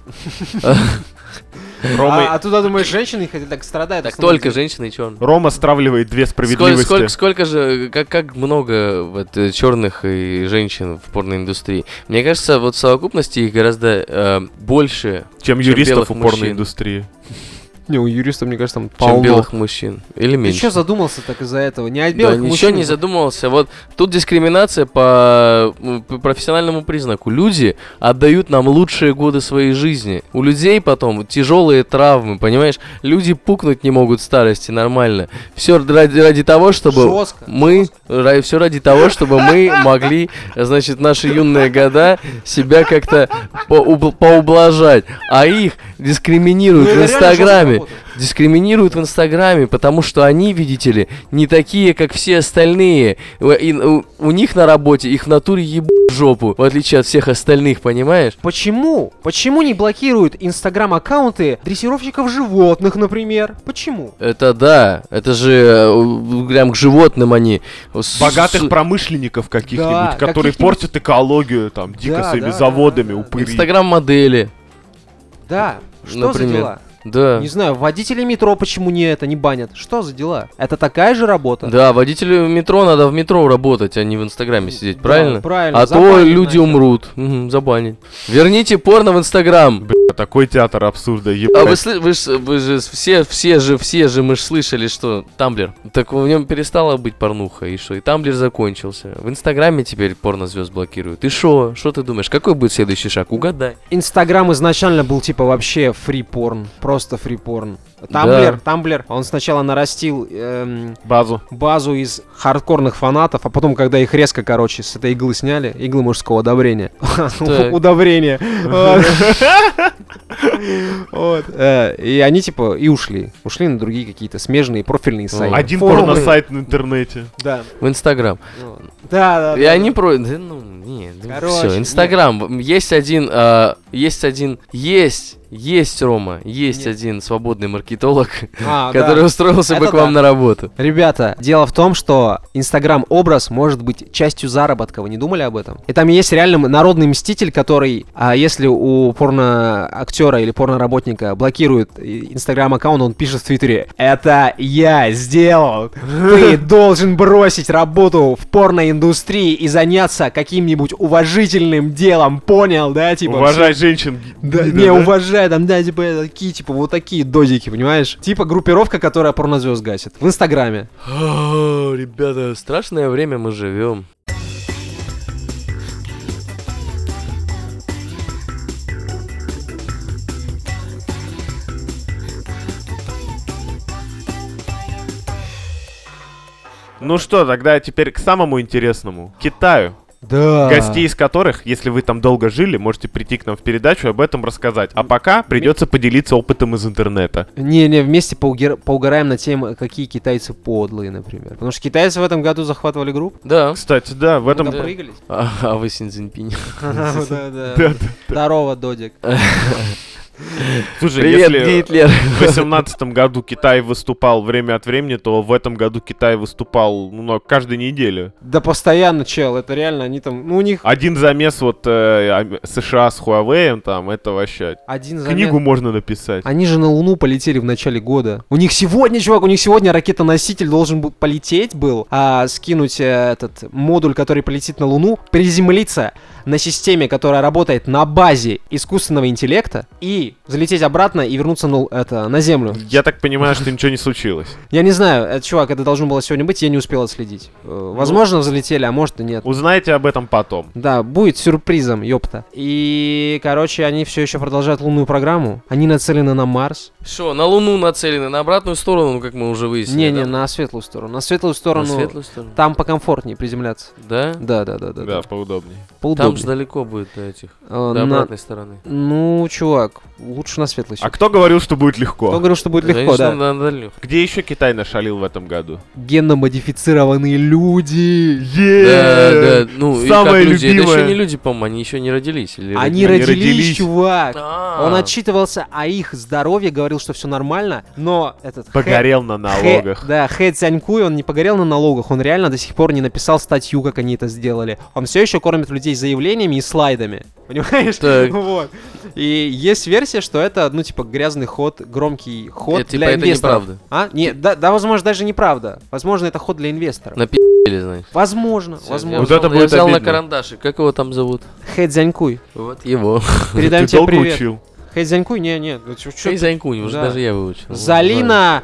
Speaker 3: Рома,
Speaker 1: а туда, думаешь, женщины хотя так страдают?
Speaker 2: Так
Speaker 1: на самом
Speaker 2: только
Speaker 1: деле?
Speaker 2: женщины и черные.
Speaker 3: Рома стравливает две справедливости.
Speaker 2: Сколько же, как много вот, черных и женщин в порноиндустрии. Мне кажется, вот в совокупности их гораздо больше,
Speaker 3: Чем
Speaker 2: чем
Speaker 3: юристов
Speaker 2: белых
Speaker 3: у
Speaker 2: мужчин.
Speaker 3: порноиндустрии.
Speaker 1: Не, у юристов, мне кажется, там
Speaker 2: чем
Speaker 1: полно.
Speaker 2: белых мужчин. Или
Speaker 1: Ты
Speaker 2: меньше.
Speaker 1: что задумался так из-за этого? Не от
Speaker 2: Да
Speaker 1: белых
Speaker 2: ничего
Speaker 1: мужчин.
Speaker 2: не задумывался. Вот тут дискриминация по профессиональному признаку. Люди отдают нам лучшие годы своей жизни. У людей потом тяжелые травмы, понимаешь? Люди пукнуть не могут в старости нормально. Все ради того, чтобы
Speaker 1: Жестко.
Speaker 2: все ради того, чтобы мы могли, значит, наши юные года себя как-то поублажать. А их дискриминируют
Speaker 1: Ну,
Speaker 2: в
Speaker 1: это реально жестко
Speaker 2: Инстаграме.
Speaker 1: работает.
Speaker 2: Дискриминируют в Инстаграме, потому что они, видите ли, не такие, как все остальные. И у них на работе их в натуре ебут в жопу, в отличие от всех остальных, понимаешь?
Speaker 1: Почему? Почему не блокируют Инстаграм-аккаунты дрессировщиков животных, например? Почему?
Speaker 2: Это да, это же прям к животным они.
Speaker 3: Богатых промышленников каких-нибудь,
Speaker 1: Да,
Speaker 3: которые
Speaker 1: каких-нибудь-
Speaker 3: портят экологию, там, дико
Speaker 1: Да,
Speaker 3: своими
Speaker 1: да,
Speaker 3: заводами,
Speaker 1: да, да.
Speaker 3: упыри.
Speaker 2: Инстаграм-модели.
Speaker 1: Да, что
Speaker 2: Например.
Speaker 1: за дела?
Speaker 2: Да.
Speaker 1: Не знаю, водители метро почему не банят? Что за дела? Это такая же работа?
Speaker 2: Да, водителю метро надо в метро работать, а не в Инстаграме сидеть,
Speaker 1: Да,
Speaker 2: правильно?
Speaker 1: правильно,
Speaker 2: А то
Speaker 1: забанить
Speaker 2: люди
Speaker 1: нахер.
Speaker 2: умрут. Забанить. Верните порно в Инстаграм.
Speaker 3: Такой театр абсурда,
Speaker 2: А вы,
Speaker 3: ебать.
Speaker 2: вы же все же мы ж слышали, что Тамблер. Так в нем перестала быть порнуха, и что? И Тамблер закончился. В Инстаграме теперь порнозвезд блокируют. И что? Что ты думаешь? Какой будет следующий шаг? Угадай.
Speaker 1: Инстаграм изначально был типа вообще фри-порн. Просто фри-порн. Тамблер, он сначала нарастил
Speaker 3: Базу.
Speaker 1: базу из хардкорных фанатов, а потом, когда их резко, короче, с этой иглы сняли, иглы мужского удобрения.
Speaker 2: Так.
Speaker 1: Удобрения. Вот. И они типа и ушли. Ушли на другие какие-то смежные профильные сайты.
Speaker 3: Один
Speaker 1: Форумы.
Speaker 3: порносайт на интернете.
Speaker 1: Да.
Speaker 2: В Инстаграм.
Speaker 1: Да.
Speaker 2: И они про... Да ну, нет.
Speaker 1: Короче,
Speaker 2: Все, Инстаграм. Есть Рома, есть
Speaker 1: Нет.
Speaker 2: один свободный маркетолог,
Speaker 1: А,
Speaker 2: который
Speaker 1: да.
Speaker 2: устроился бы
Speaker 1: Это
Speaker 2: к вам
Speaker 1: да.
Speaker 2: на работу.
Speaker 1: Ребята, дело в том, что Инстаграм-образ может быть частью заработка. Вы не думали об этом? И там есть реально народный мститель, который, если у порно-актера или порно-работника блокирует Инстаграм-аккаунт, он пишет в Твиттере: «Это я сделал! Ты должен бросить работу в порноиндустрии и заняться каким-нибудь уважительным делом, понял, да?» Типа,
Speaker 3: Уважать женщин.
Speaker 1: да,
Speaker 3: гида,
Speaker 1: не,
Speaker 3: да?
Speaker 1: уважай, там, да, типа, такие, типа, вот такие додики, понимаешь? Типа группировка, которая порнозвезд гасит. В Инстаграме.
Speaker 2: Ребята, страшное время мы живем.
Speaker 3: Ну что, тогда теперь к самому интересному. Китаю.
Speaker 1: Да.
Speaker 3: Гостей из которых, если вы там долго жили, можете прийти к нам в передачу и об этом рассказать. А пока придется поделиться опытом из интернета.
Speaker 1: Не, вместе поугараем на тему, какие китайцы подлые, например. Потому что китайцы в этом году захватывали группу.
Speaker 2: Да.
Speaker 3: Кстати, да, в этом...
Speaker 1: Мы допрыгались.
Speaker 2: А вы Синьцзиньпинь.
Speaker 1: Да. Здорово, Додик.
Speaker 3: Слушай,
Speaker 2: Привет,
Speaker 3: если
Speaker 2: Гитлер.
Speaker 3: в 2018 году Китай выступал время от времени, то в этом году Китай выступал каждую неделю.
Speaker 1: Да постоянно, чел, это реально, они там, ну у них
Speaker 3: Один замес вот США с Huawei, там, это вообще...
Speaker 1: один замес.
Speaker 3: Книгу можно написать.
Speaker 1: Они же на Луну полетели в начале года. У них сегодня, чувак, ракетоноситель должен был полететь был, скинуть этот модуль, который полетит на Луну, приземлиться на системе, которая работает на базе искусственного интеллекта, и залететь обратно и вернуться на Землю.
Speaker 3: Я так понимаю, что ничего не случилось.
Speaker 1: Я не знаю, чувак, это должно было сегодня быть, я не успел отследить. Возможно, взлетели, а может и нет.
Speaker 3: Узнаете об этом потом.
Speaker 1: Да, будет сюрпризом, ёпта. И, короче, они все еще продолжают лунную программу. Они нацелены на Марс.
Speaker 2: Что, на Луну нацелены, на обратную сторону, как мы уже выяснили?
Speaker 1: Не,
Speaker 2: да?
Speaker 1: на светлую сторону. На светлую сторону.
Speaker 2: На светлую сторону.
Speaker 1: Там покомфортнее приземляться.
Speaker 2: Да?
Speaker 1: Да.
Speaker 3: Да, поудобнее.
Speaker 1: Поудобнее.
Speaker 2: Там же далеко будет до этих,
Speaker 1: Э,
Speaker 2: до
Speaker 1: на-
Speaker 2: обратной стороны.
Speaker 1: Ну, чувак, лучше на светлой.
Speaker 3: А кто говорил, что будет
Speaker 1: Кто
Speaker 3: легко?
Speaker 1: говорил, что будет легко,
Speaker 2: Конечно,
Speaker 1: да.
Speaker 2: на дальнюю.
Speaker 3: Где еще Китай нашалил в этом году?
Speaker 1: Генно-модифицированные люди.
Speaker 2: Да, ну и как
Speaker 3: Самое
Speaker 2: люди, это
Speaker 3: любимое.
Speaker 2: еще не люди, по-моему, они еще не родились. Или
Speaker 1: Они
Speaker 3: родились.
Speaker 1: родились, чувак.
Speaker 2: А.
Speaker 1: Он отчитывался о их здоровье, говорил, что все нормально, но этот
Speaker 3: Погорел на налогах.
Speaker 1: Хэ Цзянькуй, он не погорел на налогах, он реально до сих пор не написал статью, как они это сделали. Он все еще кормит людей заявлениями и слайдами. Понимаешь?
Speaker 2: Так.
Speaker 1: Вот. И есть версия, что это, ну, типа, грязный ход, громкий ход
Speaker 2: Это,
Speaker 1: для
Speaker 2: типа, это
Speaker 1: инвесторов.
Speaker 2: неправда.
Speaker 1: А? Нет, да, возможно, даже неправда. Возможно, это ход для инвесторов.
Speaker 2: Напи***ли, знаешь.
Speaker 1: Возможно.
Speaker 3: Вот
Speaker 2: Я
Speaker 3: это
Speaker 2: взял-
Speaker 3: будет
Speaker 2: я взял на
Speaker 3: обидно.
Speaker 2: карандашик. Как его там зовут?
Speaker 1: Хэ Цзянькуй.
Speaker 2: Вот его.
Speaker 1: Передаем
Speaker 3: Ты
Speaker 1: тебе
Speaker 3: долго
Speaker 1: привет.
Speaker 3: учил?
Speaker 1: Хэ Цзянькуй? Не. Ну, чё
Speaker 2: Чей
Speaker 1: ты-
Speaker 2: Занькунь, уже
Speaker 1: Да.
Speaker 2: даже я выучил.
Speaker 1: Залина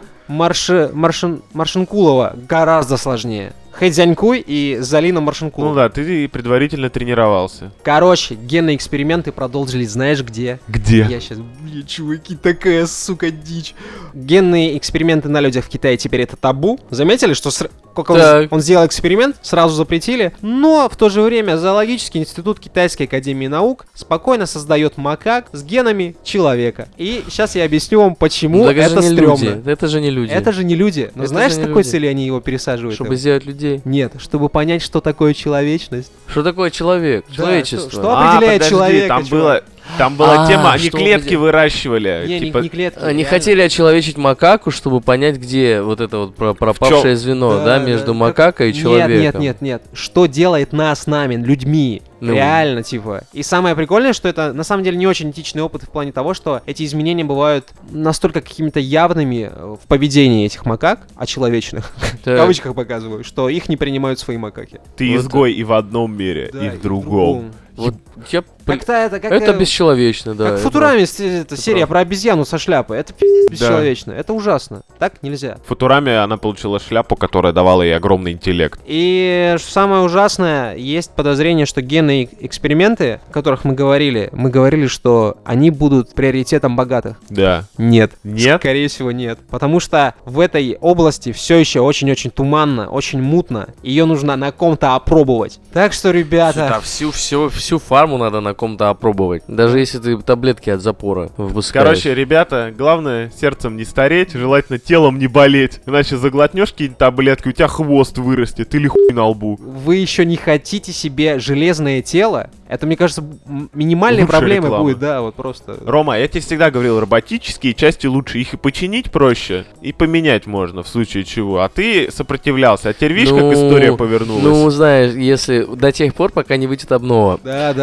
Speaker 1: Маршинкулова гораздо сложнее. Хэ Цзянькуй и Залина Маршинкулова.
Speaker 3: Ну да, ты предварительно тренировался.
Speaker 1: Короче, генные эксперименты продолжились, знаешь где?
Speaker 3: Где?
Speaker 1: Я сейчас, чуваки, такая, сука, дичь. Генные эксперименты на людях в Китае теперь это табу. Заметили, что как
Speaker 2: Так.
Speaker 1: он сделал эксперимент, сразу запретили. Но в то же время Зоологический институт Китайской академии наук спокойно создает макак с генами человека. И сейчас я объясню вам, почему
Speaker 2: Так
Speaker 1: это
Speaker 2: же не
Speaker 1: стрёмно.
Speaker 2: люди. Это же не люди.
Speaker 1: Это же не люди. Но
Speaker 2: Это
Speaker 1: знаешь,
Speaker 2: же
Speaker 1: с
Speaker 2: не
Speaker 1: какой
Speaker 2: люди.
Speaker 1: целью они его пересаживают?
Speaker 2: Чтобы сделать людей.
Speaker 1: Нет, чтобы понять, что такое человечность.
Speaker 2: Что такое человек?
Speaker 1: Да,
Speaker 2: Человечество.
Speaker 1: что определяет
Speaker 3: подожди,
Speaker 1: человека,
Speaker 3: Там
Speaker 1: чувак?
Speaker 3: была
Speaker 2: А,
Speaker 3: тема, они
Speaker 2: что
Speaker 3: клетки
Speaker 2: определяет?
Speaker 3: выращивали.
Speaker 1: Не,
Speaker 3: типа,
Speaker 1: не клетки.
Speaker 2: Они
Speaker 1: реально.
Speaker 2: хотели очеловечить макаку, чтобы понять, где вот это вот пропавшее звено, да, между
Speaker 1: как-
Speaker 2: макакой и человеком.
Speaker 1: Нет. Что делает нас нами, людьми?
Speaker 2: Ну.
Speaker 1: Реально, типа. И самое прикольное, что это на самом деле не очень этичный опыт в плане того, что эти изменения бывают настолько какими-то явными в поведении этих макак, очеловечных, в
Speaker 2: Так.
Speaker 1: кавычках показываю, что их не принимают свои макаки.
Speaker 3: Ты
Speaker 2: Вот
Speaker 3: изгой и в одном мире, и в другом.
Speaker 2: Вот я...
Speaker 1: Как-то это как...
Speaker 2: Это бесчеловечно, да.
Speaker 1: Как в
Speaker 2: это
Speaker 1: Футураме это серия
Speaker 2: правда.
Speaker 1: про обезьяну со шляпой. Это пиздец бесчеловечно. Это ужасно. Так нельзя.
Speaker 3: В Футураме она получила шляпу, которая давала ей огромный интеллект.
Speaker 1: И что самое ужасное, есть подозрение, что генные эксперименты, о которых мы говорили, что они будут приоритетом богатых.
Speaker 3: Да.
Speaker 1: Нет.
Speaker 3: Нет?
Speaker 1: Скорее всего, нет. Потому что в этой области все еще очень-очень туманно, очень мутно. Ее нужно на ком-то опробовать. Так что, ребята...
Speaker 2: Да, всю фарму надо на ком-то опробовать. Даже если ты таблетки от запора выпускаешь.
Speaker 3: Короче, ребята, главное сердцем не стареть, желательно телом не болеть. Иначе заглотнешь какие-нибудь таблетки, у тебя хвост вырастет или хуй на лбу.
Speaker 1: Вы еще не хотите себе железное тело? Это, мне кажется, минимальной
Speaker 3: Лучшая
Speaker 1: проблемой
Speaker 3: реклама.
Speaker 1: будет, да, вот просто.
Speaker 3: Рома, я тебе всегда говорил, роботические части лучше, их и починить проще, и поменять можно, в случае чего. А ты сопротивлялся, а теперь видишь, как история повернулась?
Speaker 2: Ну, знаешь, если до тех пор, пока не выйдет обнова.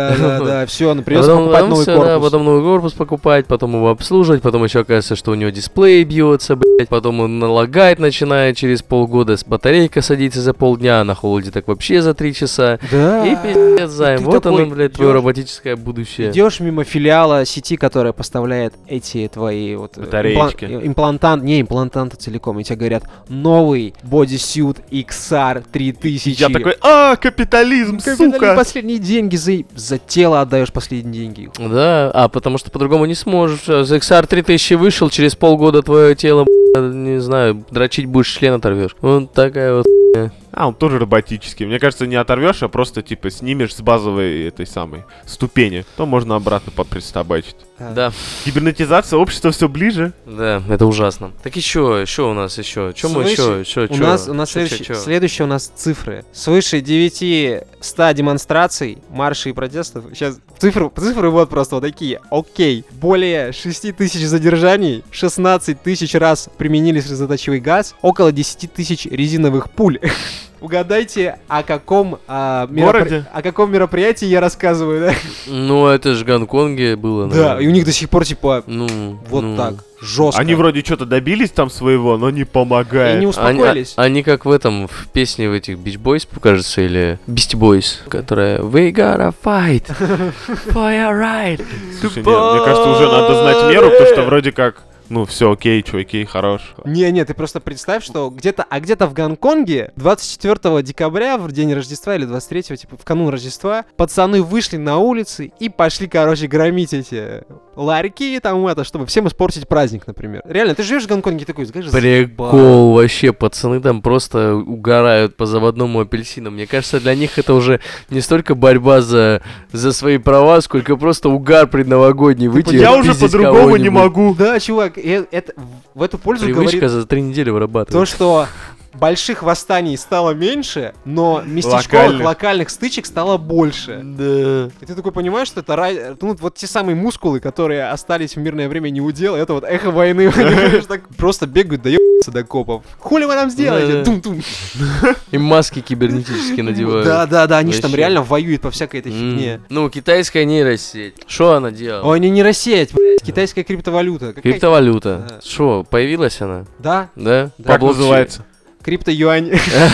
Speaker 1: Да, все, придется
Speaker 2: Потом,
Speaker 1: покупать новый
Speaker 2: всё, да,
Speaker 1: корпус.
Speaker 2: потом новый корпус покупать, потом его обслуживать, потом еще оказывается, что у него дисплей бьется, блядь, потом он налагает начинает через полгода, батарейка садится за полдня, а на холоде так вообще за 3 часа.
Speaker 1: Да.
Speaker 2: И пиздец, займ.
Speaker 1: ты
Speaker 2: Вот
Speaker 1: такой
Speaker 2: оно, блядь, твое
Speaker 1: идёшь-
Speaker 2: роботическое будущее.
Speaker 1: Идешь мимо филиала сети, которая поставляет эти твои вот
Speaker 3: Батареечки.
Speaker 1: имплантанты целиком, и тебе говорят новый бодисьют XR 3000.
Speaker 3: Я такой, капитализм,
Speaker 1: Капитализм,
Speaker 3: сука!
Speaker 1: последние деньги за тело отдаешь последние деньги.
Speaker 2: Да, потому что по-другому не сможешь. За XR 3000 вышел, через полгода твое тело, не знаю, дрочить будешь, член оторвешь. Вот такая вот.
Speaker 3: Он тоже роботический. Мне кажется, не оторвешь, а просто, типа, снимешь с базовой этой самой ступени. То можно обратно подпристабачить.
Speaker 2: Да,
Speaker 3: Кибернетизация общества все ближе.
Speaker 2: да, это ужасно. Так еще у нас еще? Чем мы еще?
Speaker 1: У нас следующие у нас цифры. Свыше 900 демонстраций, маршей и протестов. Сейчас цифры вот просто вот такие. Окей. Более 6 тысяч задержаний, 16 тысяч раз применили слезоточивый газ, около 10 тысяч резиновых пуль. Угадайте, о каком мероприятии я рассказываю, да?
Speaker 2: Ну, это же в Гонконге было,
Speaker 1: Да, и у них до сих пор, типа, вот так, жестко.
Speaker 3: Они вроде что-то добились там своего, но не
Speaker 1: И
Speaker 3: помогает.
Speaker 1: не успокоились.
Speaker 2: Они как в этом, в песне в этих Beach Boys, кажется, или Beastie Boys, которая We gotta fight for your right.
Speaker 3: Слушай, нет, мне кажется, уже надо знать меру, потому что вроде как... Ну, все, окей, чуваки, хорош.
Speaker 1: Не, ты просто представь, что где-то в Гонконге 24 декабря, в день Рождества, или 23-го, типа, в канун Рождества, пацаны вышли на улицы и пошли, короче, громить эти ларьки, там чтобы всем испортить праздник, например. Реально, ты живешь в Гонконге такой, скажешь,
Speaker 2: Прикол вообще, пацаны там просто угорают по заводному апельсину. Мне кажется, для них это уже не столько борьба за свои права, сколько просто угар предновогодний. Выйти
Speaker 3: Я уже по-другому не могу.
Speaker 1: Да, чувак, это в эту пользу
Speaker 2: Привычка
Speaker 1: говорит
Speaker 2: за 3 недели
Speaker 1: то,
Speaker 2: вырабатывает.
Speaker 1: что больших восстаний стало меньше, но местечковых локальных стычек стало больше.
Speaker 2: Да.
Speaker 1: И ты такой понимаешь, что это вот те самые мускулы, которые остались в мирное время не удел, это вот эхо войны. Так просто бегают, да ебаются до копов. Хули вы нам сделаете? Тум-тум.
Speaker 2: И маски кибернетические надевают.
Speaker 1: Да, они же там
Speaker 2: Вообще.
Speaker 1: реально воюют по всякой этой фигне.
Speaker 2: Ну, китайская нейросеть. Что она делала?
Speaker 1: Ой, не нейросеть, блядь, китайская криптовалюта. Какая-
Speaker 2: Криптовалюта.
Speaker 1: Да.
Speaker 2: Что, появилась она?
Speaker 1: Да,
Speaker 2: Да?
Speaker 3: Как
Speaker 2: По блокчейну.
Speaker 3: называется?
Speaker 1: крипто-юань.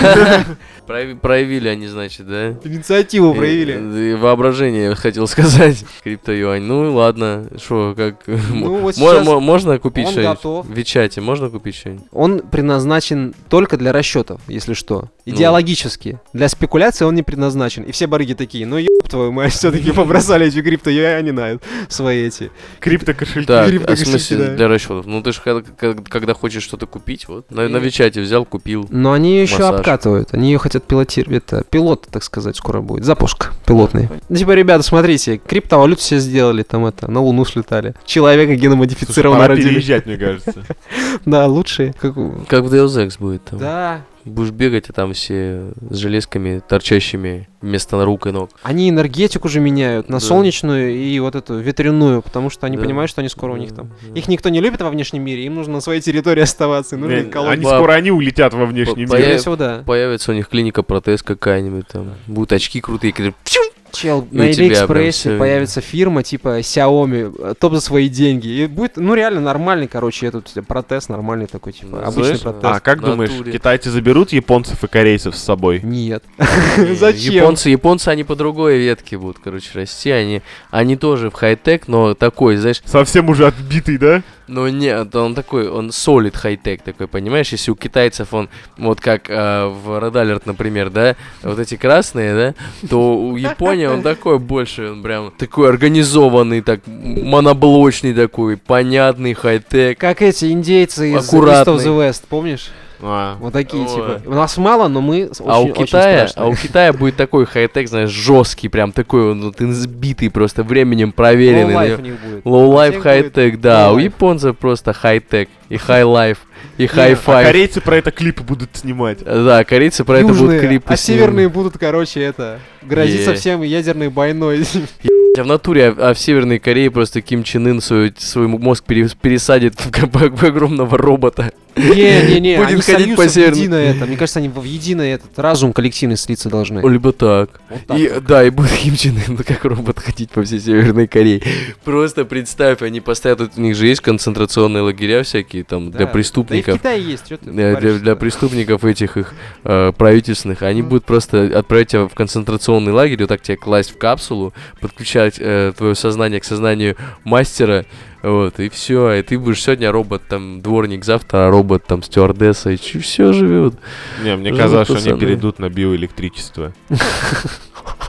Speaker 2: Проявили они, значит, да?
Speaker 1: Инициативу проявили.
Speaker 2: Воображение, хотел сказать. Крипто-юань. Ну, ладно. Что, как...
Speaker 1: Ну, вот сейчас
Speaker 2: Можно купить
Speaker 1: он
Speaker 2: что-нибудь?
Speaker 1: готов.
Speaker 2: В Вичате можно купить что-нибудь?
Speaker 1: Он предназначен только для расчетов, если что. Идеологически. Для спекуляции он не предназначен. И все барыги такие, ну еб твою мать, все-таки побросали эти крипто-юани на свои эти.
Speaker 3: Криптокошельки.
Speaker 2: Так, в
Speaker 1: Криптокошельки,
Speaker 2: смысле
Speaker 1: да.
Speaker 2: для расчетов? Ну, ты же когда хочешь что-то купить, вот, на Вичате взял, купил.
Speaker 1: Но они ее еще
Speaker 2: Массаж.
Speaker 1: обкатывают. Они ее хотят пилотировать. Это пилот, так сказать, скоро будет. Запуск пилотный. Ну, типа, ребята, смотрите, криптовалюту все сделали, там на Луну слетали. Человека
Speaker 3: Слушай,
Speaker 1: геномодифицированно
Speaker 3: пора
Speaker 1: родили.
Speaker 3: переезжать, мне кажется.
Speaker 1: Да, лучшие.
Speaker 2: Как в Deus Ex будет там.
Speaker 1: Да.
Speaker 2: Будешь бегать, а там все с железками, торчащими вместо рук и ног.
Speaker 1: Они энергетику же меняют на
Speaker 2: Да.
Speaker 1: солнечную и вот эту ветряную, потому что они
Speaker 2: Да.
Speaker 1: понимают, что они скоро у них там.
Speaker 2: Да.
Speaker 1: Их никто не любит во внешнем мире, им нужно на своей территории оставаться, им нужно
Speaker 3: Не,
Speaker 1: их колоть.
Speaker 3: Они скоро улетят во внешний
Speaker 2: По-
Speaker 3: мир.
Speaker 1: Скорее всего, да.
Speaker 2: Появится у них клиника протез какая-нибудь там. Будут очки крутые, которые...
Speaker 1: Чел,
Speaker 2: И
Speaker 1: на
Speaker 2: у тебя прям
Speaker 1: Алиэкспрессе
Speaker 2: всё
Speaker 1: появится фирма типа Xiaomi, топ за свои деньги. И будет, ну, реально нормальный, короче, этот протез, нормальный такой, типа,
Speaker 2: Ну,
Speaker 1: обычный
Speaker 2: знаешь,
Speaker 1: протез.
Speaker 3: Как
Speaker 2: В
Speaker 3: думаешь,
Speaker 2: натуре.
Speaker 3: китайцы заберут японцев и корейцев с собой?
Speaker 1: Нет.
Speaker 2: Не,
Speaker 1: Зачем?
Speaker 2: Японцы, они по другой ветке будут, короче, расти. Они тоже в хай-тек, но такой, знаешь,
Speaker 3: Совсем уже отбитый, да?
Speaker 2: но нет, он такой, он solid хай-тек такой, понимаешь? Если у китайцев он, вот как в Red Alert, например, да, вот эти красные, да, то у Японии он такой больше, он прям такой организованный, так, моноблочный такой, понятный хай-тек.
Speaker 1: Как эти индейцы из East
Speaker 2: Аккуратный.
Speaker 1: of the West, помнишь?
Speaker 3: А,
Speaker 1: Вот такие,
Speaker 2: Ой.
Speaker 1: типа. У нас мало, но мы
Speaker 2: А
Speaker 1: очень
Speaker 2: у Китая
Speaker 1: страшные.
Speaker 2: будет такой хай-тек, знаешь, жесткий, прям такой, он вот избитый, просто временем проверенный.
Speaker 1: Low life у них будет.
Speaker 2: Low
Speaker 1: У
Speaker 2: life,
Speaker 1: всех
Speaker 2: хай-тек,
Speaker 1: будет
Speaker 2: да.
Speaker 1: low
Speaker 2: У
Speaker 1: life.
Speaker 2: японцев просто хай-тек и хай-лайф, и
Speaker 3: а
Speaker 2: хай-файв.
Speaker 3: корейцы про это клипы будут снимать.
Speaker 2: Да, корейцы про это будут
Speaker 1: Южные,
Speaker 2: клипы
Speaker 1: а
Speaker 2: снимать.
Speaker 1: северные будут, короче, грозиться
Speaker 2: Е.
Speaker 1: всем ядерной войной.
Speaker 2: А в натуре, в Северной Корее просто Ким Чен Ын свой мозг пересадит в огромного робота.
Speaker 1: Не-не-не,
Speaker 2: Будет
Speaker 1: они
Speaker 2: ходить по
Speaker 1: сольются в
Speaker 2: северным-
Speaker 1: единое это. Мне кажется, они в единое этот разум коллективный слиться должны.
Speaker 2: Либо так.
Speaker 1: Вот так
Speaker 2: И,
Speaker 1: вот.
Speaker 2: да, и будет Ким Чен Ын как робот ходить по всей Северной Корее. Просто представь, они поставят, у них же есть концентрационные лагеря всякие там
Speaker 1: Да.
Speaker 2: для
Speaker 1: Да и в
Speaker 2: преступников.
Speaker 1: Китае есть, что ты
Speaker 2: Для
Speaker 1: паришься?
Speaker 2: преступников этих их правительственных, они будут просто отправлять тебя в концентрационный лагерь, вот так тебя класть в капсулу, подключать твое сознание к сознанию мастера, вот, и все, и ты будешь сегодня робот, там, дворник, завтра робот, там, стюардесса, и все живет.
Speaker 3: Не, мне
Speaker 2: Живут
Speaker 3: казалось, что они
Speaker 2: пацаны.
Speaker 3: перейдут на биоэлектричество.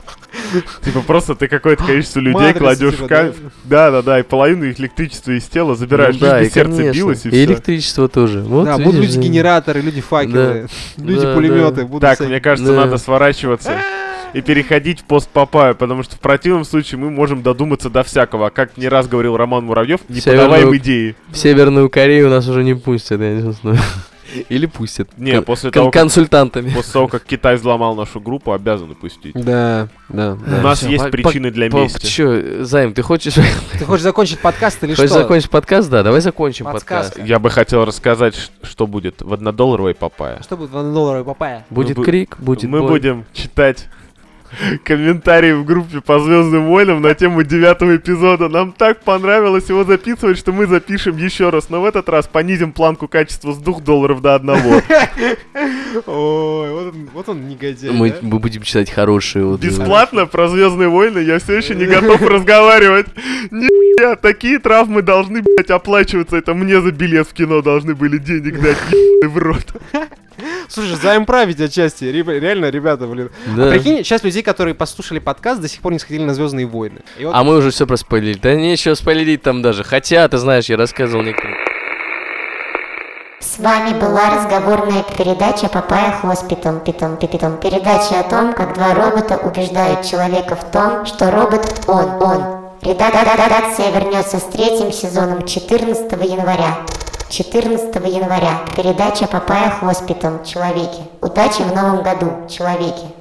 Speaker 3: Типа просто ты какое-то количество людей
Speaker 1: Матрица,
Speaker 3: кладешь
Speaker 1: типа,
Speaker 3: в камень. Да, и половину их электричества из тела забираешь,
Speaker 2: Ну да,
Speaker 3: лишь
Speaker 2: и
Speaker 3: бы сердце
Speaker 2: конечно.
Speaker 3: билось, и
Speaker 2: И
Speaker 3: все.
Speaker 2: электричество тоже. Вот,
Speaker 1: Да, будут
Speaker 2: видишь,
Speaker 1: люди-генераторы, люди-факелы,
Speaker 2: Да,
Speaker 1: люди-пулеметы. будут
Speaker 3: Так,
Speaker 1: всякие.
Speaker 3: мне кажется,
Speaker 2: Да.
Speaker 3: надо сворачиваться и переходить в пост Папайю, потому что в противном случае мы можем додуматься до всякого. А как не раз говорил Роман Муравьев, не подаваем
Speaker 2: Северную-
Speaker 3: идеи.
Speaker 2: В Северную Корею нас уже не пустят, я не знаю. Или пустят.
Speaker 3: Не, после того, как
Speaker 2: Консультантами.
Speaker 3: После того, как Китай взломал нашу группу, обязаны пустить.
Speaker 1: Да.
Speaker 3: У нас
Speaker 2: Всё,
Speaker 3: есть причины для мести.
Speaker 2: Чё, Займ, ты хочешь
Speaker 1: Ты хочешь закончить подкаст или
Speaker 2: хочешь
Speaker 1: что?
Speaker 2: закончить подкаст? Да, давай закончим
Speaker 1: Подсказка.
Speaker 2: подкаст.
Speaker 3: Я бы хотел рассказать, что будет в однодолларовой Папайя.
Speaker 1: Что будет в $1 Папайя?
Speaker 2: Будет
Speaker 3: Мы бу-
Speaker 2: крик, будет
Speaker 3: Мы
Speaker 2: бой.
Speaker 3: будем читать комментарии в группе по Звездным войнам на тему 9-го эпизода. Нам так понравилось его записывать, что мы запишем еще раз. Но в этот раз понизим планку качества с $2 до 1.
Speaker 1: Ой, вот он негодяй,
Speaker 2: Мы
Speaker 1: да?
Speaker 2: будем читать хорошие отзывы.
Speaker 3: Бесплатно про Звездные войны я все еще не готов разговаривать. Нихуя, такие травмы должны, блять, оплачиваться. Это мне за билет в кино должны были денег дать, ебаный в рот.
Speaker 1: Слушай, заимправить отчасти. Реально, ребята, блин.
Speaker 2: Да.
Speaker 1: А прикинь, сейчас людей, которые послушали подкаст, до сих пор не сходили на «Звездные войны». И вот
Speaker 2: А мы уже все проспойлили. Да нечего спойлерить там даже. Хотя, ты знаешь, я рассказывал некоторые.
Speaker 4: С вами была разговорная передача Папайя Хоспитал. Передача о том, как два робота убеждают человека в том, что робот он. Редакция вернется с 3-м сезоном 14 января. 14 января. Передача Папайя Хоспитал. Человеки. Удачи в новом году, человеки.